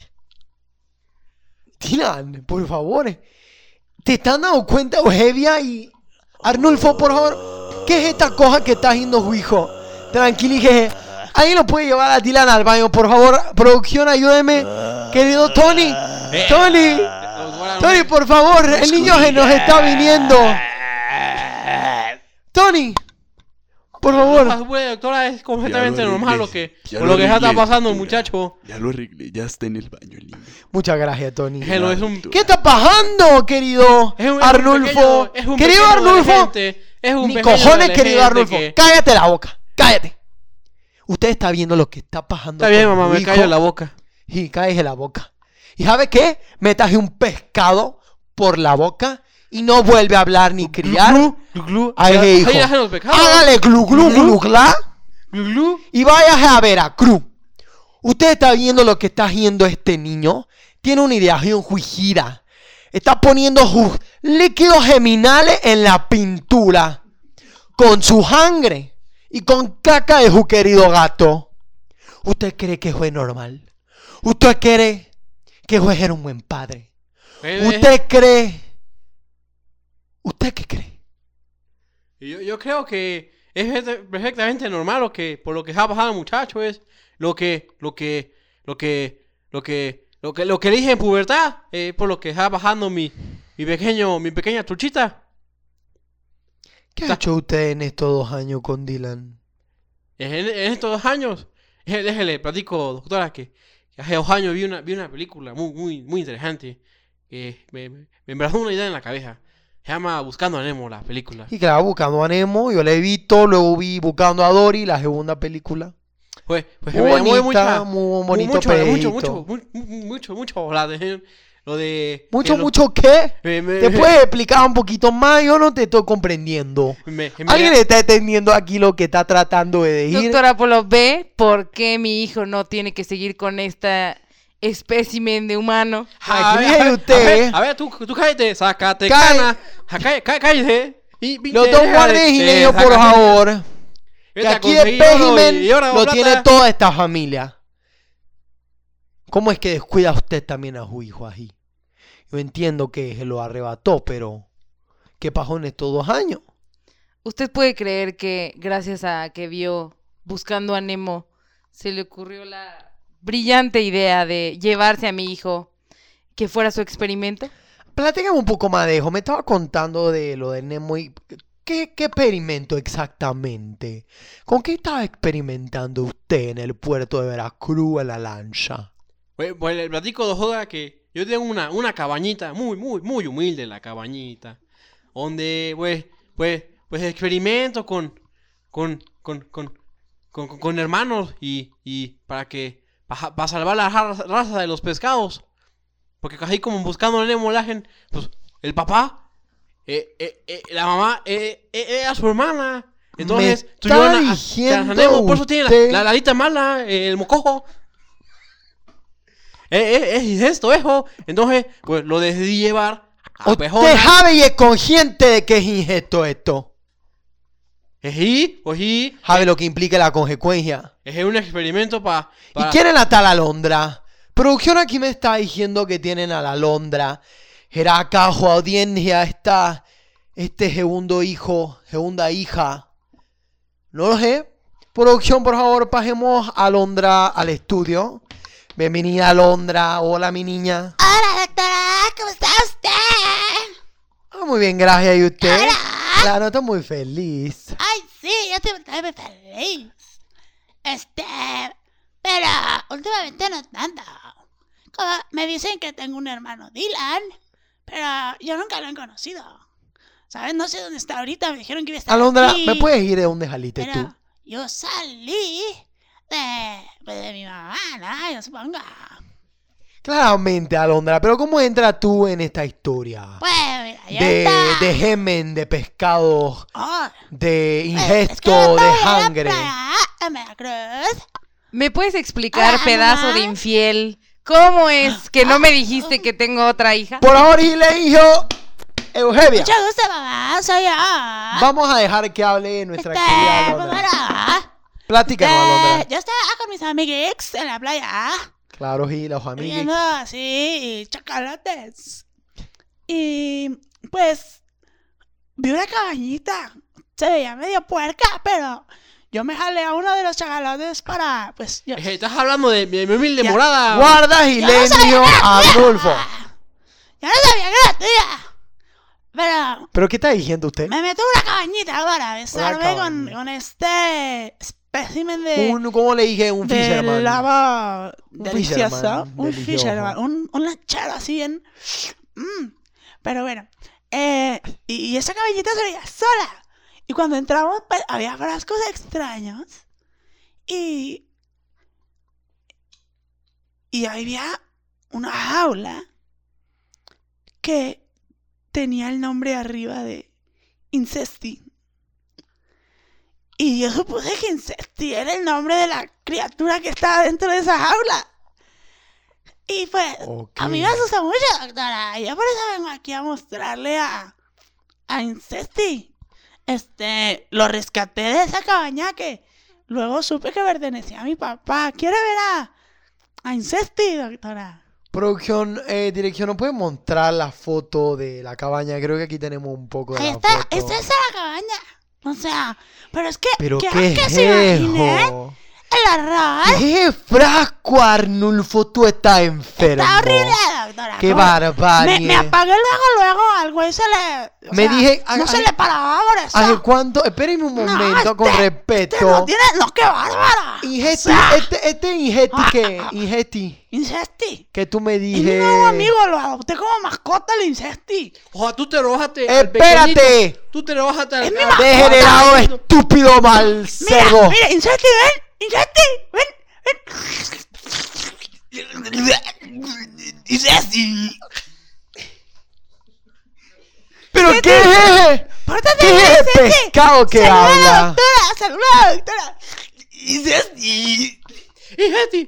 Dylan, por favor. ¿Te están dando cuenta, Eugenia y Arnulfo, por favor? ¿Qué es esta cosa que está haciendo su hijo? Tranquilíjese. ¿Alguien lo puede llevar a Dylan al baño, por favor? Producción, ayúdeme. Querido Tony. Tony. Tony, por favor. El niño se nos está viniendo. Tony. Por No, favor. pues, bueno, doctora, es completamente Ya lo normal arreglé, lo que, ya con lo lo que está arreglé, pasando el doctora. muchacho. Ya lo arreglé, ya está en el baño el niño. Muchas gracias, Tony. Hello, es un, ¿Qué está pasando, querido es un- es un Arnulfo? pequeño- es un Querido pequeño Arnulfo. adolescente, es un Ni pequeño cojones, querido adolescente Arnulfo. que- Cállate la boca. Cállate. Usted está viendo lo que está pasando. Está bien, con mamá, tu me hijo. callo la boca. Y cállese la boca. ¿Y sabe qué? Métase un pescado por la boca y no vuelve a hablar ni criar Glu, glu, glu. a ese Ahí hijo. hacen los pecados. Hágale glu glu Glu, glu gla Glu, glu. y váyase a Veracruz. Usted está viendo lo que está haciendo este niño. Tiene una ideación juicida. Está poniendo sus líquidos geminales en la pintura. Con su sangre y con caca de su querido gato. ¿Usted cree que fue normal? ¿Usted cree que fue ser un buen padre? Eh, eh, ¿Usted cree? ¿Usted qué cree? Yo, yo creo que es perfect- perfectamente normal lo que, por lo que está pasando, muchacho, es lo que, lo que, lo que, lo que, lo que, lo que dije en pubertad, eh, por lo que está pasando mi, mi pequeño, mi pequeña truchita. ¿Qué ha hecho usted en estos dos años con Dylan? En, en estos dos años, eh, déjele, platico, doctora, que, que hace dos años vi una, vi una película muy, muy, muy interesante, que me, me, me embrazó una idea en la cabeza. Se llama Buscando a Nemo, la película. Y claro, Buscando a Nemo, yo la he visto, luego vi Buscando a Dory, la segunda película. Pues, pues Muy me llamó bonita, mucha- muy bonito mucho, pedito. mucho, mucho, mu- mucho, mucho, la de, lo de... ¿Mucho, que lo- mucho qué? me- me- ¿Te puedes explicar un poquito más? Yo no te estoy comprendiendo. me- me- ¿Alguien está entendiendo aquí lo que está tratando de decir? Doctor Apolo, ¿ve por qué mi hijo no tiene que seguir con esta espécimen de humano? A Aquí ver, viene a ver, usted. A ver, a ver, tú, tú cállate, sácate, Cállate. cana. Ja, cá- cá- Cállate. Y, y Los te dos deja guardias de- ingenios, de- por saca- favor. Que Vete a aquí el conseguir oro espécimen y oro, lo plata. tiene toda esta familia. ¿Cómo es que descuida usted también a su hijo ahí? Yo entiendo que se lo arrebató, pero ¿qué pasó en estos dos años? ¿Usted puede creer que gracias a que vio Buscando a Nemo se le ocurrió la brillante idea de llevarse a mi hijo que fuera su experimento? Platícame un poco más de eso. Me estaba contando de lo de Nemo y... ¿Qué, qué experimento exactamente? ¿Con qué estaba experimentando usted en el puerto de Veracruz en la lancha? Pues, pues le platico de joda que yo tengo una, una cabañita, muy, muy, muy humilde la cabañita. Donde, pues, pues, pues experimento con, con, con, con, con, con- con hermanos y, y para que, para, para salvar la raza, raza de los pescados. Porque así como Buscando a Nemo la gente, pues, el papá, eh, eh, eh, la mamá, eh, eh, era su hermana. Entonces, ¿Me tuvieron está a- a- diciendo a Nemo, por eso tiene usted? la, la, la alita mala, eh, el mocojo. Eh, eh, es esto, hijo. Entonces, pues lo decidí llevar a ¿Usted Pejona. sabe y es consciente de que es ingesto esto? Ejí, ojí. ¿Sabe lo que implica la consecuencia? Es un experimento pa, ¿Y para... quién es la tal Alondra? Producción aquí me está diciendo que tienen a la Alondra. ¿Será acaso audiencia está este segundo hijo, segunda hija? No lo sé. Producción, por favor, pasemos a Alondra al estudio. Bienvenida, Alondra. Hola, mi niña. Hola, doctora, ¿cómo está usted? Ah, muy bien, gracias. ¿Y usted? Hola. Claro, estoy muy feliz. Ay, sí, yo estoy estoy muy feliz. Este, pero últimamente no tanto. Como me dicen que tengo un hermano Dylan, pero yo nunca lo he conocido. ¿Sabes? No sé dónde está ahorita, me dijeron que iba a estar Alondra, aquí, ¿me puedes ir de dónde saliste pero tú? yo salí de, pues, de mi mamá, ¿no? Yo supongo. Claramente, Alondra, pero ¿cómo entras tú en esta historia? Pues, mira, yo De, estaba- de gemen, de pescados, Oh, de pues, ingesto, es que yo de estaba en la sangre. playa, en Veracruz. ¿Me puedes explicar, Hola, pedazo mamá. de infiel, cómo es que no me dijiste que tengo otra hija? Por ahora, y le dijo Eugenia. Mucho gusto, mamá, soy yo. Vamos a dejar que hable nuestra Este, querida pues, Alondra. bueno, Platícanos, eh, Alondra. yo estaba con mis amigues en la playa, Claro, y los amigos. viendo así chocolates. Y pues vi una cabañita. Se veía medio puerca, pero yo me jalé a uno de los chocolates para, pues, yo... Eh, Estás hablando de mi, mi humilde Ya. morada. Guarda Yo no sabía Gilenio que era tuya. Arnulfo. Yo no sabía que era tuya. Pero ¿Pero qué está diciendo usted? me meto en una cabañita para besarme con, cabaña. con este espécimen de... Un, ¿Cómo le dije? Un de fisherman. lava Un delicioso. fisherman, Un delicioso. fisherman. Un, un lanchero así bien. Mm. Pero bueno. eh, y, y esa caballita se veía sola. Y cuando entramos, pues, había frascos extraños. Y. Y había una jaula que tenía el nombre arriba de Incesti. Y yo supuse que Incesti era el nombre de la criatura que estaba dentro de esa jaula. Y pues, Ok. a mí me asusta mucho, doctora. Yo por eso vengo aquí a mostrarle a, a Incesti. Este, lo rescaté de esa cabaña que luego supe que pertenecía a mi papá. ¿Quiere ver a, a Incesti, doctora? Producción, eh, dirección, ¿no puede mostrar la foto de la cabaña? Creo que aquí tenemos un poco de Ahí la está, foto. esta es la cabaña. O sea, pero es que... ¿Pero quiero qué que es se imaginen eso? el arroz. ¿Qué frasco, Arnulfo? Tú estás enfermo. Está horrible, doctora. ¡Qué ¿cómo? barbarie! Me, me apagué luego, luego al güey se le... o Me sea, dije- No a- se a- le paraba por eso. ¿Hace cuánto? Espérenme un momento, No, con este- respeto. este no tiene... No, qué bárbara. Ingesti, O sea, este, este Ingesti que, Ingesti, Incesti. que tú me Es mi dije. nuevo amigo, lo adopté como mascota el Incesti. Ojalá tú te lo bajaste. ¡Espérate! Tú te lo bajaste al. Es mi al- mascota. Degenerado, estúpido, mal Mira, cerdo. mira, Incesti, ven. Incesti, ven, ven. Incesti. ¿Pero qué es? Pórtate ¿Qué bien, es el Incesti. pescado que Saluda a la habla? doctora, saluda a la doctora. Incesti. Ingesti.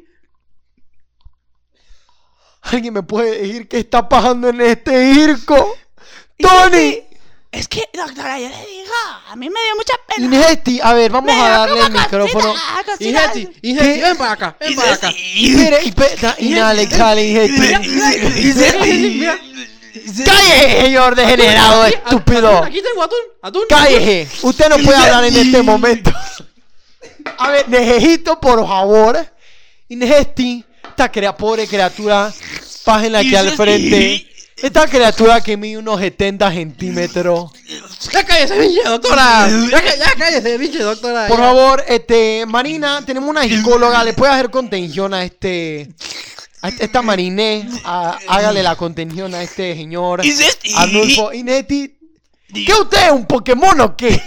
¿Alguien me puede decir qué está pasando en este circo? ¡Tony! Es que, doctora, yo le digo, a mí me dio mucha pena. Ingesti, a ver, vamos Me a dio darle como el micrófono. cosita, cosita. Ingesti. Ingesti. ¿Qué? Ven para acá. Ven para acá. Espere, espere, inhale, exhale, Ingesti. Mira. ¡Cállese, señor degenerado, Aquí, estúpido! atún, Aquí tengo atún. Atún. ¡Cállese! Usted no puede hablar en este momento. A ver, necesito, por favor, Ingesti, esta crea, pobre criatura, pájenla aquí al frente. Esta criatura que mide unos setenta centímetros. Ya cállese, pinche doctora. Ya, ca- ya cállese, pinche doctora. Por ya. favor, este, Marina, tenemos una psicóloga, le puede hacer contención a este, a este- esta Mariné, a- hágale la contención a este señor Incesti. Arnulfo Ineti. ¿Qué usted es, un Pokémon o qué?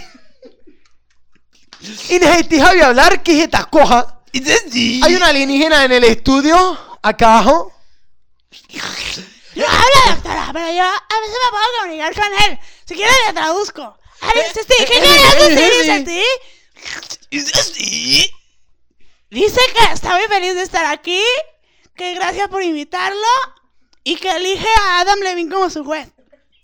Ineti, ¿sabe hablar? ¿Qué es esta coja? Incesti. ¿Hay una alienígena en el estudio? ¿Acá abajo? No habla, doctora, pero yo a veces me puedo comunicar con él. Si quiere le traduzco. A ver, Incesti, ¿qué quieres decir, Incesti? Incesti. Dice que está muy feliz de estar aquí, que gracias por invitarlo y que elige a Adam Levine como su juez.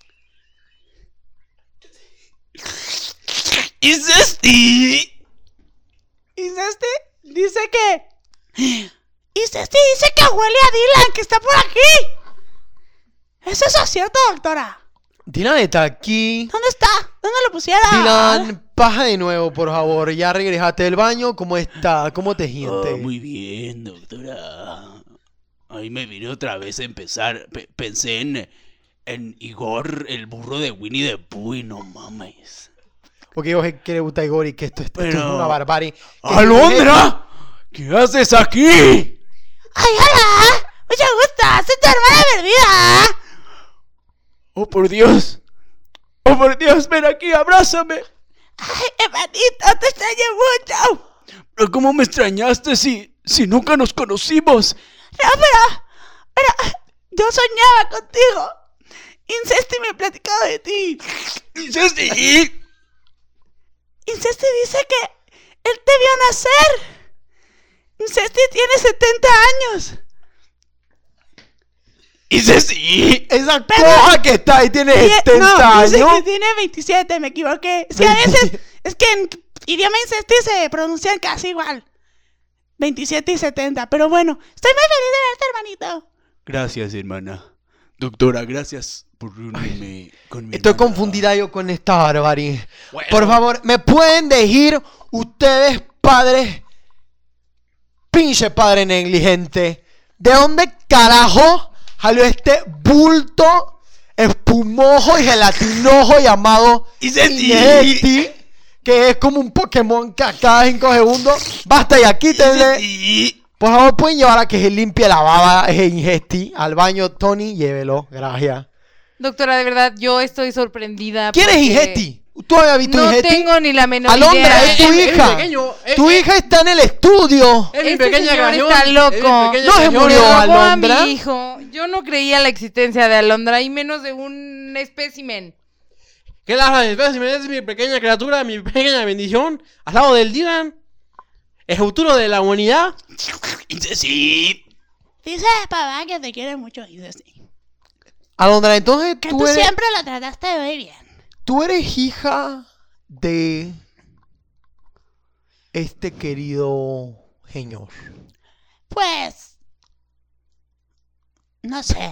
Incesti. Incesti dice que... Incesti dice que huele a Dylan, que está por aquí. ¿Es eso cierto, doctora? Dylan está aquí. ¿Dónde está? ¿Dónde lo pusieron? Dylan, paja de nuevo, por favor. Ya regresaste del baño. ¿Cómo está? ¿Cómo te sientes? Oh, muy bien, doctora. Ahí me vine otra vez a empezar. Pe- pensé en, en Igor, el burro de Winnie the Pooh, y no mames. Porque yo sé que le gusta a Igor y que esto, esto es Pero- una barbarie. ¡Alondra! ¿Qué haces aquí? ¡Ay, hola! ¡Mucho gusto! ¡Soy tu hermana perdida! ¡Oh, por Dios! ¡Oh, por Dios! ¡Ven aquí, abrázame! ¡Ay, hermanito! ¡Te extraño mucho! ¿Pero cómo me extrañaste si, si nunca nos conocimos? No, pero... Pero... Yo soñaba contigo. Incesti me ha platicado de ti. ¡Incesti! Incesti dice que él te vio nacer. Incesti tiene setenta años. ¡Incesti! Esa coja que está ahí tiene Die- setenta no, dice años. que tiene veintisiete, me equivoqué. Es que a veces... Es que en idioma incesti se pronuncian casi igual. veintisiete y setenta. Pero bueno, estoy muy feliz de verte, hermanito. Gracias, hermana. Doctora, gracias por reunirme con mi Estoy hermana. confundida yo con esta barbarie. Bueno. Por favor, ¿me pueden decir ustedes, padres, pinche padre negligente, de dónde carajo salió este bulto espumoso y gelatinoso llamado Incesti? Inesti, que es como un Pokémon que a cada cinco segundos? Basta ya, quítenle. Incesti. Por favor, pueden llevar a que se limpie la baba ese Ingesti al baño. Tony, llévelo. Gracias. Doctora, de verdad, yo estoy sorprendida. ¿Quién es porque Ingesti? ¿Tú habías visto No Ingesti? tengo ni la menor Alondra, idea. es tu Es mi hija. pequeño, es- Tu es- hija está en el estudio. Es mi Este pequeña señor creación, está es mi loco. pequeña No se creación. murió, Le robó a Alondra. mi hijo. Yo no creía la existencia de Alondra y menos de un espécimen. ¿Qué la es mi pequeña criatura, mi pequeña bendición? Al lado del Dylan. El futuro de la humanidad. Incesti. Dice papá que te quiere mucho, Incesti. Alondra, entonces Que tú tú eres, siempre lo trataste muy bien. tú eres hija de este querido señor. Pues... No sé.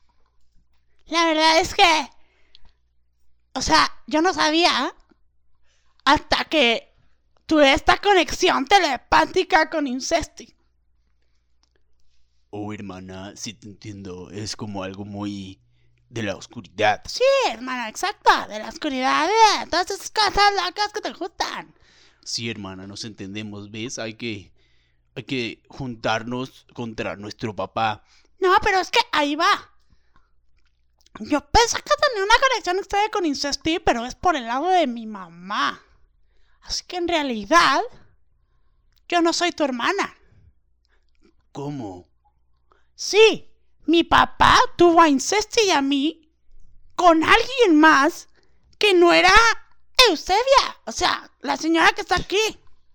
La verdad es que... O sea, yo no sabía hasta que tuve esta conexión telepática con Incesti. Oh, hermana, sí te entiendo. Es como algo muy de la oscuridad. Sí, hermana, exacto, de la oscuridad, de todas esas cosas locas que te gustan. Sí, hermana, nos entendemos, ¿ves? Hay que, hay que juntarnos contra nuestro papá. No, pero es que ahí va. Yo pensé que tenía una conexión extraña con Incesti, pero es por el lado de mi mamá. Así que en realidad, yo no soy tu hermana. ¿Cómo? Sí, mi papá tuvo a Incesti y a mí con alguien más que no era Eusebia. O sea, la señora que está aquí.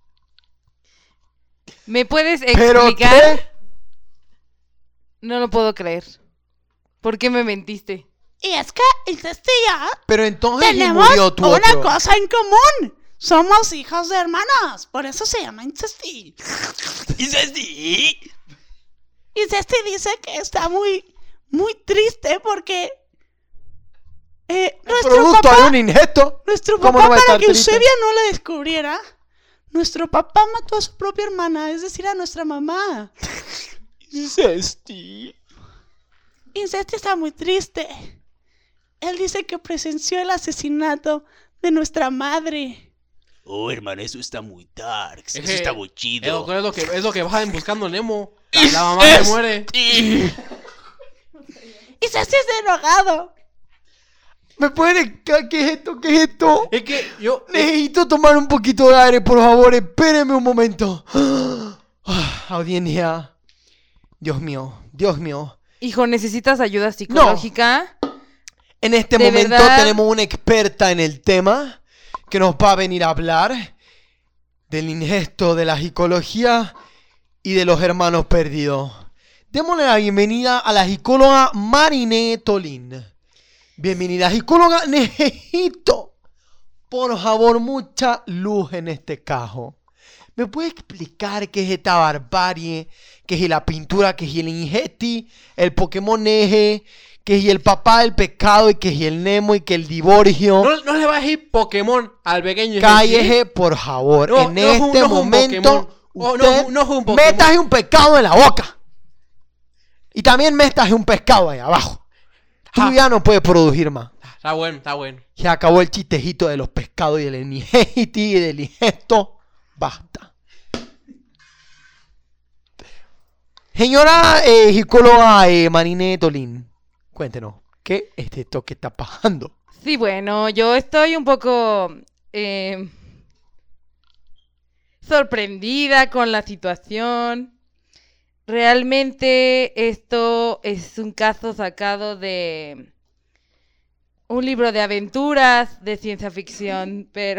¿Me puedes ¿Pero explicar? qué? No lo puedo creer. ¿Por qué me mentiste? Y es que Incesti y yo Pero entonces y tenemos murió tu una otro. cosa en común. Somos hijos de hermanos. Por eso se llama Incesti. ¿Incesti? Incesti dice que está muy, muy triste porque eh, nuestro Producto papá, de un ingesto. nuestro ¿Cómo papá no va a para estar que triste? Eusebia no la descubriera, nuestro papá mató a su propia hermana, es decir, a nuestra mamá. ¿Incesti? Incesti está muy triste. Él dice que presenció el asesinato de nuestra madre. Oh, hermana, eso está muy dark. Eso Es que está muy El chido. doctor es lo que, es lo que bajan buscando Nemo. La, la mamá se muere. Incesti es enojado. ¿Me pueden explicar qué es esto? ¿Qué es esto? Es que yo... Necesito tomar un poquito de aire, por favor. Espérenme un momento. Ah, audiencia. Dios mío, Dios mío. Hijo, ¿necesitas ayuda psicológica? En este ¿De momento verdad? tenemos una experta en el tema que nos va a venir a hablar del ingesto de la psicología y de los hermanos perdidos. Démosle la bienvenida a la psicóloga Mariné Tolín. Bienvenida, psicóloga. Necesito, por favor, mucha luz en este cajo. ¿Me puede explicar qué es esta barbarie? ¿Qué es la pintura? ¿Qué es el ingesti? ¿El Pokémon Eje? ¿Qué es el papá del pescado? ¿Y qué es el Nemo? ¿Y que el divorcio? No, no le vas a decir Pokémon al pequeño. Cállese, por favor. No, en no es un- este no es un momento, Pokémon. Oh, no usted es un- no es un Pokémon. métase un pescado en la boca. Y también métase un pescado ahí abajo. Tú Ja. ya no puedes producir más. Está bueno, está bueno. Se acabó el chistejito de los pescados y del ingesti y del ingesto. Basta. Señora eh, psicóloga eh, Mariné Tolín, cuéntenos, ¿qué es esto que está pasando? Sí, bueno, yo estoy un poco eh, sorprendida con la situación. Realmente esto es un caso sacado de un libro de aventuras de ciencia ficción, pero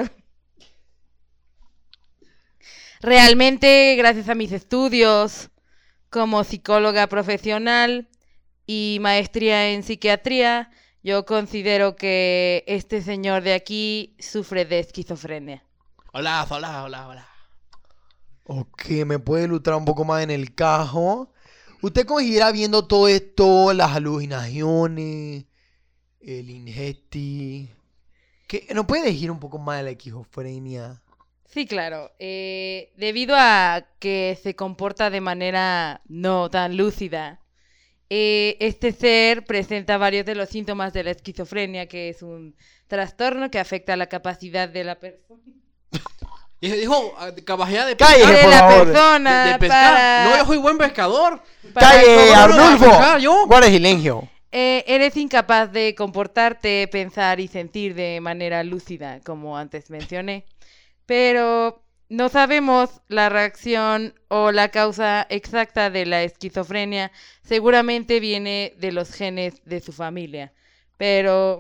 realmente gracias a mis estudios como psicóloga profesional y maestría en psiquiatría, yo considero que este señor de aquí sufre de esquizofrenia. Hola, hola, hola, hola. Ok, ¿me puede ilustrar un poco más en el cajo? ¿Usted considera viendo todo esto, las alucinaciones, el ingesti? ¿Qué? ¿Nos puede decir un poco más de la esquizofrenia? Sí, claro. Eh, debido a que se comporta de manera no tan lúcida, eh, este ser presenta varios de los síntomas de la esquizofrenia, que es un trastorno que afecta la capacidad de la persona. Y dijo, ah, capacidad de Cállese, pescar. de por la favor. persona De, de pescar. para, No, yo soy buen pescador. para ¡Calle, ¿cómo no lo voy a Arnulfo! pescar yo? Guarda silencio. Eh, eres incapaz de comportarte, pensar y sentir de manera lúcida, como antes mencioné. Pero no sabemos la reacción o la causa exacta de la esquizofrenia. Seguramente viene de los genes de su familia. Pero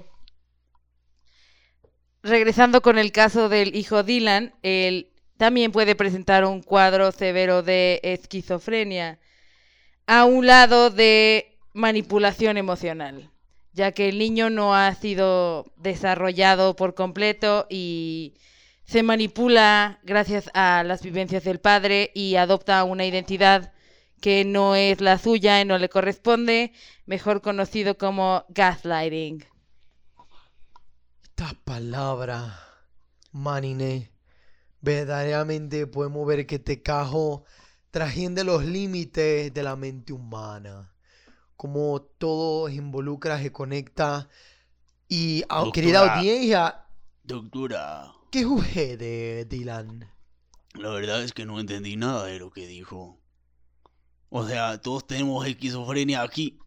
regresando con el caso del hijo Dylan, él también puede presentar un cuadro severo de esquizofrenia, a un lado de manipulación emocional, ya que el niño no ha sido desarrollado por completo y se manipula gracias a las vivencias del padre y adopta una identidad que no es la suya y no le corresponde, mejor conocido como gaslighting. Estas palabras Maniné, verdaderamente podemos ver que este cajo trasciende los límites de la mente humana. Como todo se involucra, se conecta. Y, ah, Doctora. querida audiencia, Doctora, ¿qué sucede, Dylan? la verdad es que no entendí nada de lo que dijo. O sea, todos tenemos esquizofrenia aquí.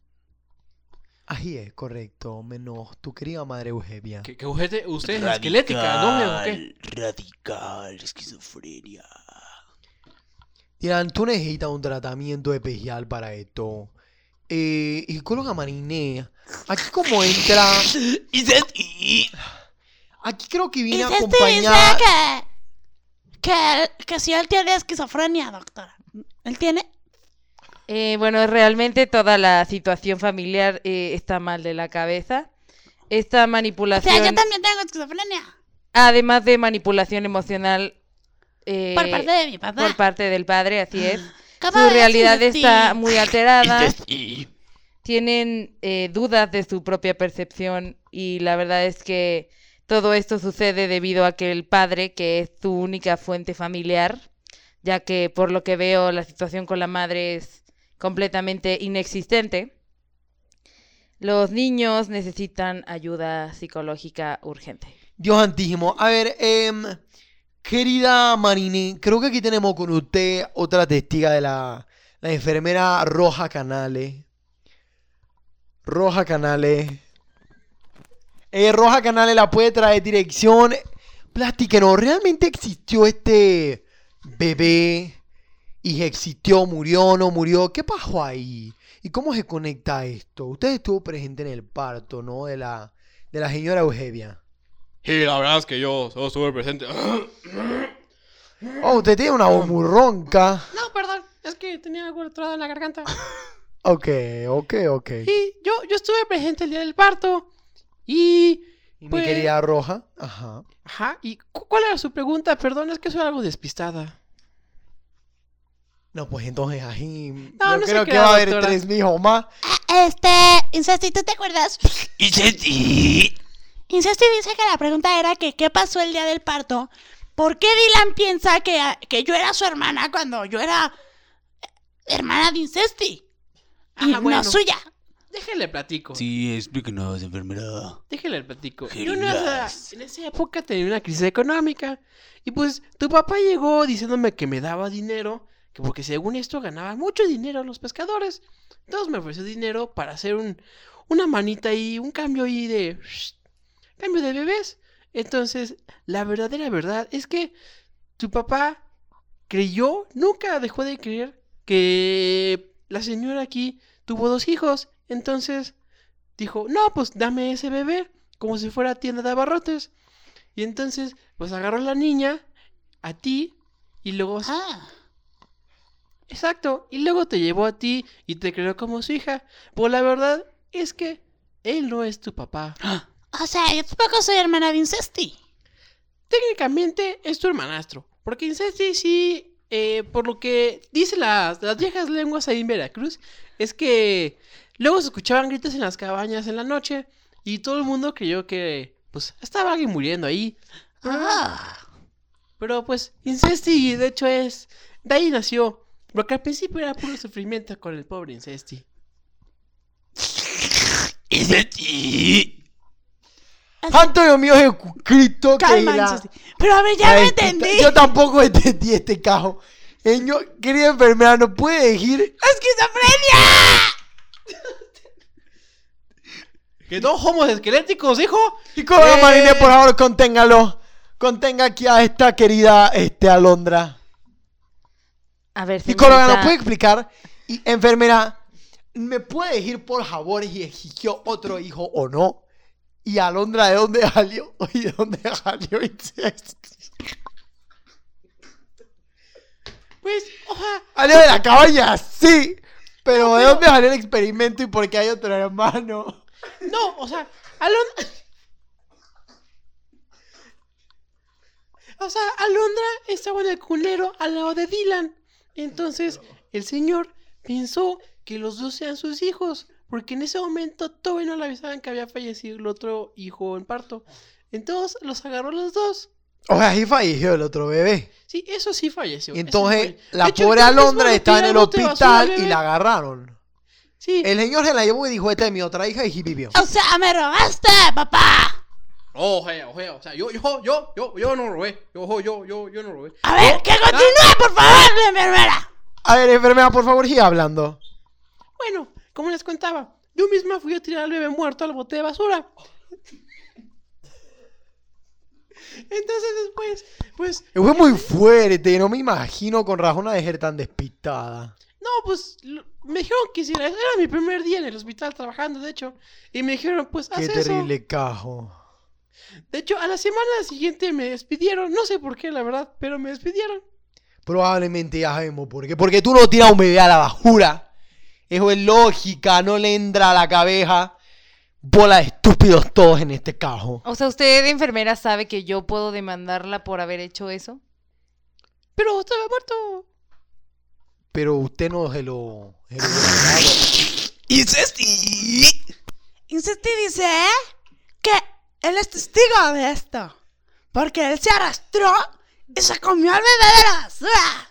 Así es, correcto, menos tu querida madre Eugenia. Que, que usted, usted es esquelética, ¿no? ¿O qué? Radical, esquizofrenia. Dylan, tú necesitas un tratamiento especial para esto. Eh, y psicóloga Mariné, aquí como entra, Y se- y- aquí creo que Y viene se dice acompañada. que, que, que si él tiene esquizofrenia, doctora. ¿Él tiene? Eh, bueno, realmente toda la situación familiar eh, está mal de la cabeza. Esta O manipulación, sea, yo también tengo esquizofrenia. además de manipulación emocional eh, Por parte de mi papá. por parte del padre, así es. ¿Cómo Su es, realidad Insesti? está muy alterada. y se- y- Tienen eh, dudas de su propia percepción y la verdad es que todo esto sucede debido a que el padre, que es su única fuente familiar, ya que por lo que veo la situación con la madre es completamente inexistente, los niños necesitan ayuda psicológica urgente. Dios santísimo. A ver, em, querida Mariné, creo que aquí tenemos con usted otra testiga de la, la enfermera Roja Canales. Roja Canales. Eh, Roja Canales la puede traer dirección. Platíquenos, ¿realmente existió este bebé? ¿Y existió, murió, no murió? ¿Qué pasó ahí? ¿Y cómo se conecta esto? Usted estuvo presente en el parto, ¿no? De la, de la señora Eugenia. Sí, la verdad es que yo, yo estuve presente. Oh, usted tiene una voz muy ronca. No, perdón, es que tenía algo atorado en la garganta. Ok, ok, ok. Y yo, yo estuve presente el día del parto. Y. ¿Y mi pues- querida Roja? Ajá. Ajá, ¿y cu- cuál era su pregunta? Perdón, es que soy algo despistada. No, pues entonces ahí. No, yo no se creo que crea, va a haber doctora. tres mijos más. Este, Incesti, ¿tú te acuerdas? y se- y- Incesti dice que la pregunta era que qué pasó el día del parto. ¿Por qué Dylan piensa que, que yo era su hermana cuando yo era eh, hermana de Incesti? Y Ajá, bueno. no suya. Déjele platico. Sí, explíquenos, enfermera. Déjele platico. Yo Gerilas. en esa, en esa época tenía una crisis económica. Y pues tu papá llegó diciéndome que me daba dinero. Que porque según esto ganaba mucho dinero los pescadores. Entonces me ofreció dinero para hacer un, una manita y un cambio ahí de... Cambio de bebés. Entonces, la verdadera verdad es que tu papá creyó, nunca dejó de creer que la señora aquí tuvo dos hijos. Entonces dijo, no, pues dame ese bebé, como si fuera tienda de abarrotes. Y entonces, pues agarró a la niña, a ti, y luego... Ah, Exacto, y luego te llevó a ti y te creó como su hija. Pues la verdad es que él no es tu papá. o sea, yo tampoco soy hermana de Incesti. Técnicamente es tu hermanastro. Porque Incesti sí, eh, por lo que dicen las, las viejas lenguas ahí en Veracruz, es que luego se escuchaban gritos en las cabañas en la noche y todo el mundo creyó que pues estaba alguien muriendo ahí. Ah, Pero pues Incesti de hecho es... De ahí nació. Porque al principio era puro sufrimiento con el pobre Incesti. y se- y- Santo Dios mío Jesucristo, que calma, la- Incesti. Pero a ver, ya la me despista- entendí. Yo tampoco entendí este cajo. Señor, querida enfermera, ¿no puede decir? ¡Esquizofrenia! ¡Que dos homos esqueléticos, hijo! Psicóloga Eh. Mariné, por favor, conténgalo. Contenga aquí a esta querida este, Alondra. A ver, Psicóloga, ¿nos señorita, puede explicar? Y, enfermera, ¿me puede decir por favor si exigió otro hijo o no? Y Alondra, ¿de dónde salió? ¿Y de dónde salió incesto? Pues, oja, Salió de la cabaña, sí. Pero ¿de dónde salió el experimento y por qué hay otro hermano? no, o sea, Alondra... O sea, Alondra estaba en el culero al lado de Dylan. Entonces, el señor pensó que los dos sean sus hijos. Porque en ese momento todavía no le avisaban que había fallecido el otro hijo en parto. Entonces, los agarró los dos. O sea, ahí falleció el otro bebé. Sí, eso sí falleció. Y eso entonces, falleció. la De hecho, pobre yo mismo Alondra le estaba en tiré el el bote de basura al hospital y bebé. la agarraron. Sí. El señor se la llevó y dijo, esta es mi otra hija y vivió. O sea, me robaste, papá. Oh, oye, oye, o sea, yo, yo, yo, yo, yo no robé. Yo, yo, yo, yo no robé. A ver, que continúe, por favor, la enfermera. A ver, enfermera, por favor, siga hablando. Bueno, como les contaba, yo misma fui a tirar al bebé muerto al bote de basura. Entonces después, pues... Fue muy fuerte, no me imagino con razón a dejar tan despistada. No, pues lo- me dijeron que hiciera eso. Era mi primer día en el hospital trabajando, de hecho. Y me dijeron, pues, haz Qué eso. terrible cajo. De hecho, a la semana siguiente me despidieron. No sé por qué, la verdad, pero me despidieron. Probablemente ya sabemos por qué. Porque tú no tiras un bebé a la basura. Eso es lógica, no le entra a la cabeza. Bola de estúpidos todos en este cajo. O sea, ¿usted, enfermera, sabe que yo puedo demandarla por haber hecho eso? Pero estaba muerto. Pero usted no se lo... se lo- Incesti. Insistí dice que él es testigo de esto. Porque él se arrastró y se comió al bebé de la basura.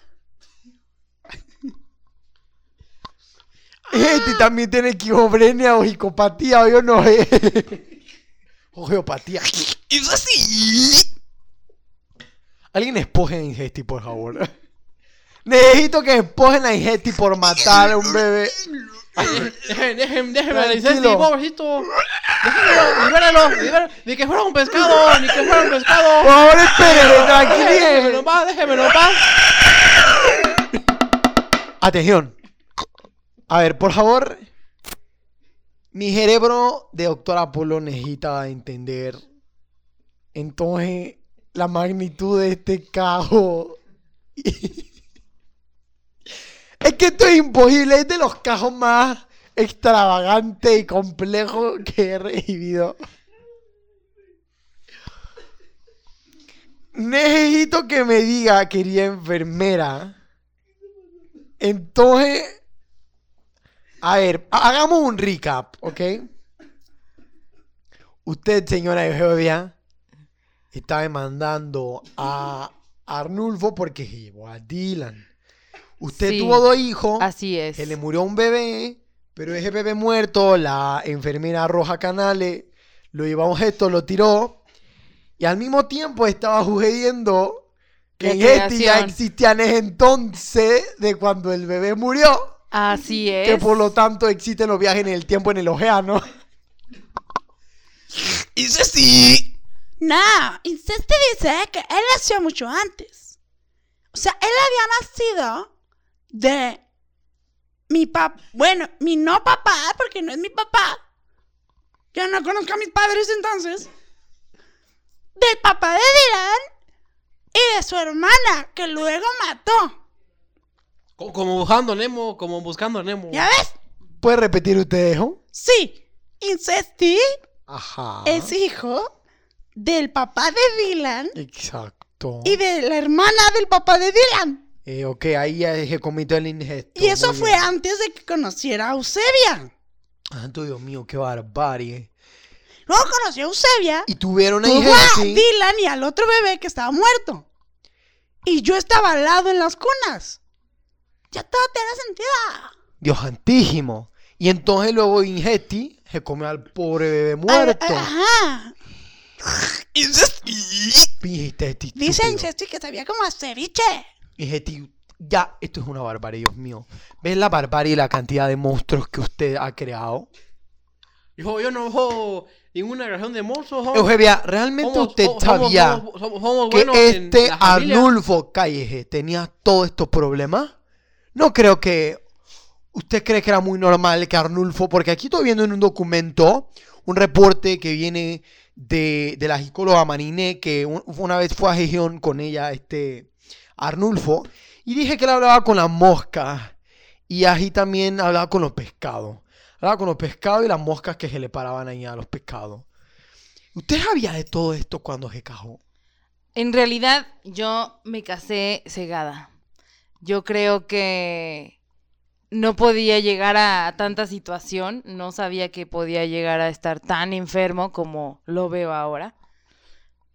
Este también tiene esquizofrenia o psicopatía, o yo no sé. O geopatía. Incesti. Alguien espoje a Ingesti, por favor. Necesito que espojen a Ingesti por matar a un bebé. Déjenme, déjenme, déjenme analizar este Tranquilo. pobrecito. Déjenmelo, libéralo, libéralo. Ni que fuera un pescado, ni que fuera un pescado. Por favor, espérenme, Déjenmelo tranquilícenme. en paz, déjenmelo en paz. Atención. A ver, por favor. Mi cerebro de doctor Apolo necesita entender entonces la magnitud de este cajo. Es que esto es imposible, es de los cajos más extravagantes y complejos que he recibido. Necesito que me diga, querida enfermera. Entonces, a ver, ha- hagamos un recap, ¿ok? Usted, señora Eugenia, está demandando a Arnulfo porque se llevó a Dylan. Usted Sí, tuvo dos hijos, Así es. se le murió un bebé, pero ese bebé muerto, la enfermera Roja Canales lo llevó a un gesto, lo tiró, y al mismo tiempo estaba sucediendo que La en este ya creación. existía en ese entonces de cuando el bebé murió, Así es. que por lo tanto existen los viajes en el tiempo en el océano. Incesti. No, Insiste dice que él nació mucho antes. O sea, él había nacido de mi papá. Bueno, mi no papá, porque no es mi papá. Yo no conozco a mis padres entonces. Del papá de Dylan y de su hermana, que luego mató. Co- Como buscando Nemo, como buscando Nemo. ¿Ya ves? ¿Puede repetir usted eso? Sí, Incesti Ajá. es hijo del papá de Dylan Exacto. y de la hermana del papá de Dylan. Eh, ok, ahí ya se cometió el ingesto. Y eso muy fue bien. antes de que conociera a Eusebia. Santo Dios mío, qué barbarie. Luego conoció a Eusebia, Y tuvieron a tuvo a Ingesti. Dylan y al otro bebé que estaba muerto. Y yo estaba al lado en las cunas. Ya todo tiene sentido. Dios santísimo. Y entonces luego Ingesti se comió al pobre bebé muerto. Ajá. Incesti. Ingesti, Dice estúpido. Incesti que sabía como a ceviche. Ingesti, ya, esto es una barbarie, Dios mío. ¿Ves la barbarie y la cantidad de monstruos que usted ha creado? Yo, yo no ojo ninguna relación de monstruos. ojo. Eugenia, ¿realmente Somos- usted somos- sabía somos- somos- somos que buenos en este la familia? Arnulfo Calleje tenía todos estos problemas? No creo que... ¿Usted cree que era muy normal que Arnulfo... Porque aquí estoy viendo en un documento un reporte que viene de, de la psicóloga Mariné, que un- una vez fue a Gijón con ella, este Arnulfo, y dije que él hablaba con las moscas y allí también hablaba con los pescados. Hablaba con los pescados y las moscas que se le paraban ahí a los pescados. ¿Usted sabía de todo esto cuando se casó? En realidad, yo me casé cegada. Yo creo que no podía llegar a tanta situación. No sabía que podía llegar a estar tan enfermo como lo veo ahora.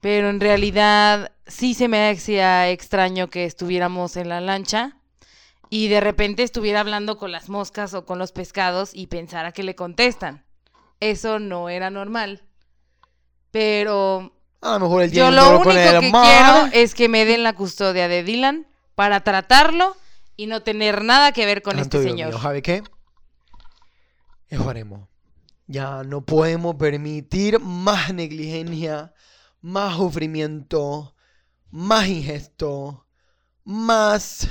pero en realidad sí se me hacía extraño que estuviéramos en la lancha y de repente estuviera hablando con las moscas o con los pescados y pensara que le contestan. Eso no era normal. Pero A lo mejor él yo tiene un lo dolor único con el que mar. quiero es que me den la custodia de Dylan para tratarlo y no tener nada que ver con Santo este Dios señor. mío, ¿sabe qué? Eso haremos. Ya no podemos permitir más negligencia, más sufrimiento, más ingesto, más...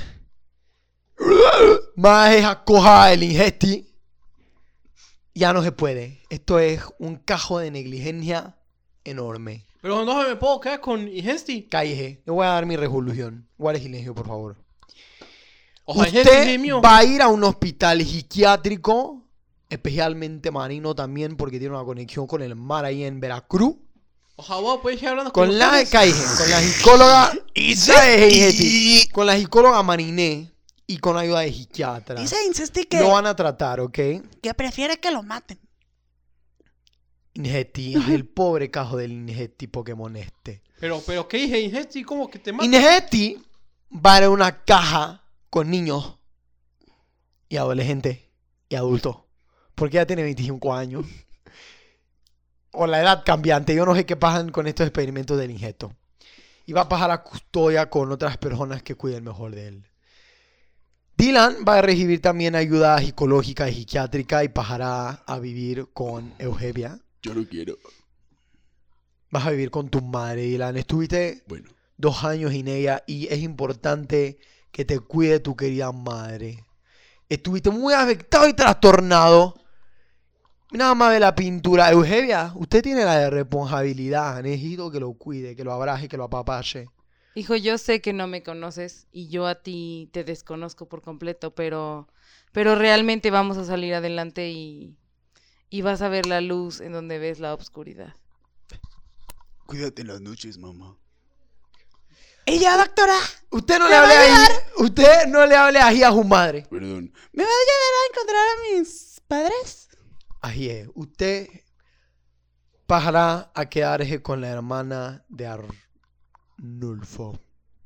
más esa coja del ingesti. Ya no se puede. Esto es un cajo de negligencia enorme. Pero no me puedo quedar con Ingesti. Cállese. Le voy a dar mi resolución. Guarde silencio, por favor. Ojalá Ingesti Usted es mío. va a ir a un hospital psiquiátrico, especialmente marino también, porque tiene una conexión con el mar ahí en Veracruz. Ojalá puedes ir hablando con Con la, ustedes. cállese, con la psicóloga, cállese, Ingesti. Con la psicóloga Mariné y con ayuda de psiquiatra. Dice Incesti que, Lo van a tratar, ¿ok? que prefiere que lo maten. Ingesti, ay, el pobre cajo del Ingesti Pokémon este. Pero, pero, ¿qué dije? Ingesti, ¿cómo que te mata? Ingesti va a ir a una caja con niños y adolescentes y adultos. Porque ya tiene veinticinco años. O la edad cambiante. Yo no sé qué pasan con estos experimentos del ingesto. Y va a pasar a custodia con otras personas que cuiden mejor de él. Dylan va a recibir también ayuda psicológica y psiquiátrica y pasará a vivir con Eugenia. Yo no quiero. Vas a vivir con tu madre, Dylan. Estuviste Bueno. dos años sin ella y es importante que te cuide tu querida madre. Estuviste muy afectado y trastornado. Nada más de la pintura. Eugenia, usted tiene la de responsabilidad. Necesito que lo cuide, que lo abrace, que lo apapache. Hijo, yo sé que no me conoces y yo a ti te desconozco por completo, pero, pero realmente vamos a salir adelante y, y vas a ver la luz en donde ves la oscuridad. Cuídate en las noches, mamá. Y ya, doctora, Usted no ¿Me le va a hable ahí. ayudar? Usted no le hable ahí a su madre. Perdón. ¿me va a ayudar a encontrar a mis padres? Así es. Usted pasará a quedarse con la hermana de Arnulfo.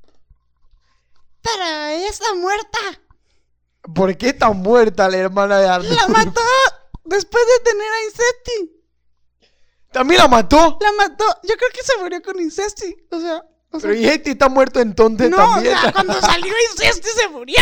Pero ella está muerta. ¿Por qué está muerta la hermana de Arnulfo? La mató después de tener a Incesti. ¿También la mató? La mató. Yo creo que se murió con Incesti. O sea, o sea Pero Ingesti está muerto entonces no, también. o sea, cuando salió Incesti se murió.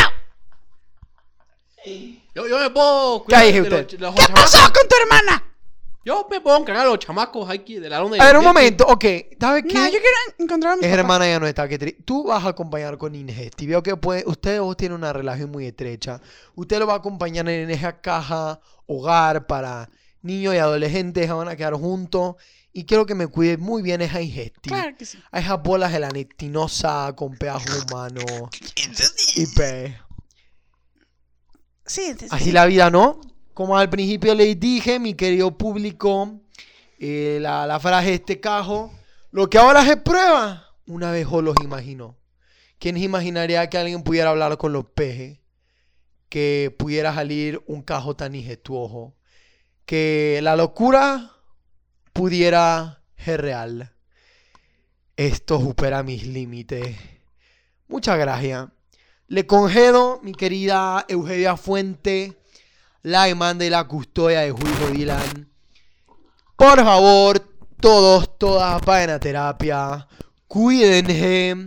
Yo, yo me puedo cuidar Cállese de los, usted. los ¿Qué chamacos. pasó con tu hermana? Yo me puedo encargar de los chamacos aquí de la ronda de A ver, un Ingesti. momento. Ok, ¿sabes qué? No, yo quiero encontrar a mis Es papás. hermana ya no está. Que tri- Tú vas a acompañar con Ingesti. Veo que puede, ustedes dos tienen una relación muy estrecha. Usted lo va a acompañar en esa caja hogar para niños y adolescentes. Van a quedar juntos. Y quiero que me cuide muy bien esa Ingesti. Claro que sí. A esas bolas gelatinosa con pegajo humano. Y pe. Sí, Incesti. Así la vida, ¿no? Como al principio les dije, mi querido público, eh, la, la frase de este cajo, lo que ahora se prueba, una vez os los imaginó. ¿Quién se imaginaría que alguien pudiera hablar con los peces? Que pudiera salir un cajo tan ingestuoso. Que la locura pudiera ser real. Esto supera mis límites. Muchas gracias. Le concedo, mi querida Eugenia Fuente, la demanda y la custodia de Julio Dylan. Por favor, todos, todas, vayan a terapia. Cuídense.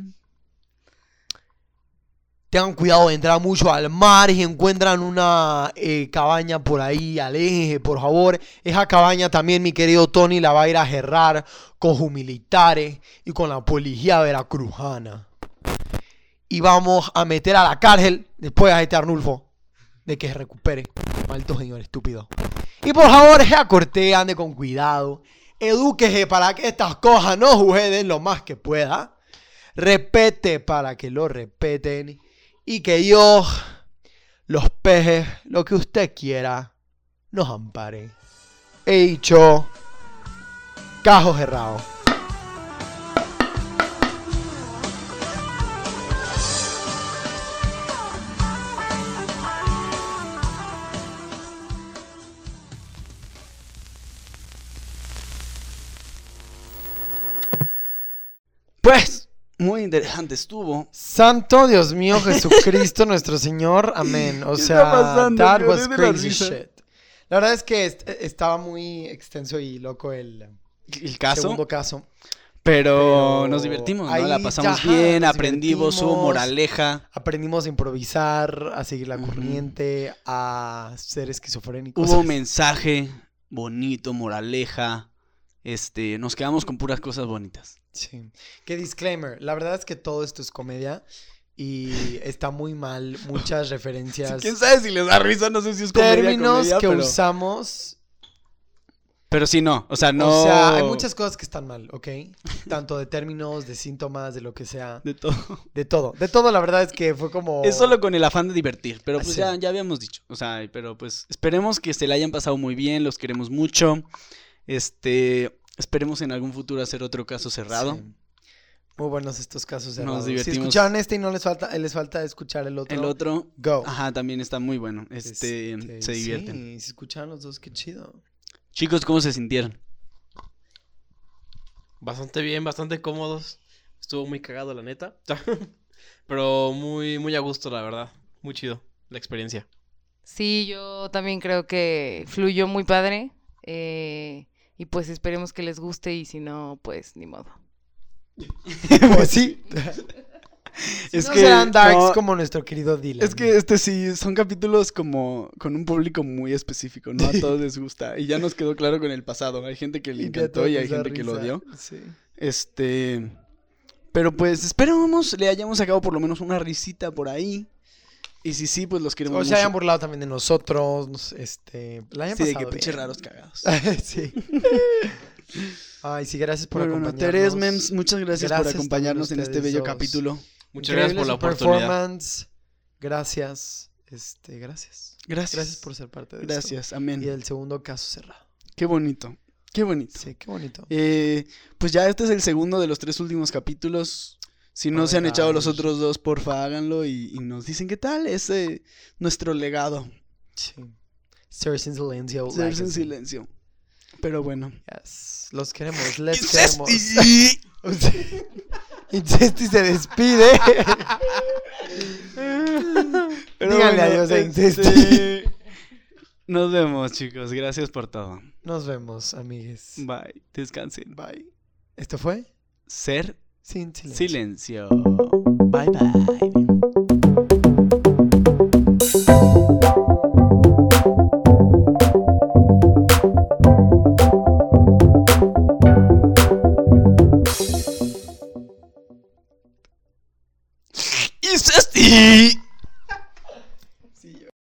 Tengan cuidado de entrar mucho al mar. Si encuentran una eh, cabaña por ahí, aléjense, por favor. Esa cabaña también, mi querido Tony, la va a ir a cerrar con sus militares y con la policía veracruzana. Y vamos a meter a la cárcel después a este Arnulfo de que se recupere. Maldito señor estúpido. Y por favor, sea cortés, ande con cuidado. Edúquese para que estas cosas no suceden lo más que pueda. Repete para que lo respeten. Y que Dios, los peces, lo que usted quiera, nos ampare. He dicho, cajo cerrado. muy interesante estuvo. Santo Dios mío, Jesucristo nuestro Señor, amén. O ¿Qué sea, está pasando? that Me was duele la crazy risa. shit. La verdad es que est- estaba muy extenso y loco el El caso, segundo caso. pero, pero nos divertimos, ¿no? ahí La pasamos ya, bien, nos aprendimos, hubo divertimos. moraleja. Aprendimos a improvisar, a seguir la Ujú. corriente, a ser esquizofrénicos. Hubo mensaje bonito, moraleja. Este, nos quedamos con puras cosas bonitas. Sí. Que disclaimer, la verdad es que todo esto es comedia y está muy mal, muchas referencias, ¿Quién sabe si les da risa? No sé si es comedia, términos comedia, que pero... usamos. Pero sí, no, o sea, no... O sea, hay muchas cosas que están mal, ¿ok? Tanto de términos, de síntomas, de lo que sea. De todo. De todo. De todo, la verdad es que fue como... Es solo con el afán de divertir, pero pues Sí. ya, ya habíamos dicho. O sea, pero pues esperemos que se la hayan pasado muy bien, los queremos mucho. Este, esperemos en algún futuro hacer otro caso cerrado. Sí. Muy buenos estos casos cerrados. Si divertimos. escucharon este y no les falta, les falta escuchar el otro, El otro, go. ajá, también está muy bueno. Este, Este, se divierten. Sí, si escucharon los dos, qué chido. Chicos, ¿cómo se sintieron? Bastante bien, bastante cómodos. Estuvo muy cagado, la neta. Pero muy, muy a gusto, la verdad. Muy chido la experiencia. Sí, yo también creo que fluyó muy padre. eh, y pues esperemos que les guste y si no, pues ni modo. Pues sí. Es no que, serán darks no, como nuestro querido Dylan. Es que este sí, son capítulos como con un público muy específico, ¿no? A todos les gusta. Y ya nos quedó claro con el pasado. Hay gente que le Y que a encantó todos y hay les da gente que lo risa. odió. Sí. Este. Pero pues esperamos le hayamos sacado por lo menos una risita por ahí. Y si sí, pues los queremos O se mucho. hayan burlado también de nosotros. nos- Este, la hayan Sí, de pasado que pinches bien. raros cagados. Sí. Ay, sí, gracias por Pero bueno, acompañarnos. Teres Mems, muchas gracias, Gracias por acompañarnos en también a este ustedes bello dos. capítulo. Muchas gracias por la Increíble su oportunidad. performance. Gracias. Este, gracias. Gracias. Gracias por ser parte de esto. Gracias, amén. Y el segundo caso cerrado. Qué bonito. Qué bonito. Sí, qué bonito. Eh, pues ya este es el segundo de los tres últimos capítulos. Si no Oh se my han echado los gosh. otros dos, porfa, háganlo y, y nos dicen qué tal es eh, nuestro legado. Sí. Sirs in silencio. Ser en legacy. silencio. Pero bueno. Yes. Los queremos. Les Incesti. queremos. Incesti se despide. Pero Díganle bueno, adiós a este, Incesti. Nos vemos, chicos. Gracias por todo. Nos vemos, amigues. Bye. Descansen. Bye. ¿Esto fue? Ser Sin silencio. silencio. Bye bye. Incesti.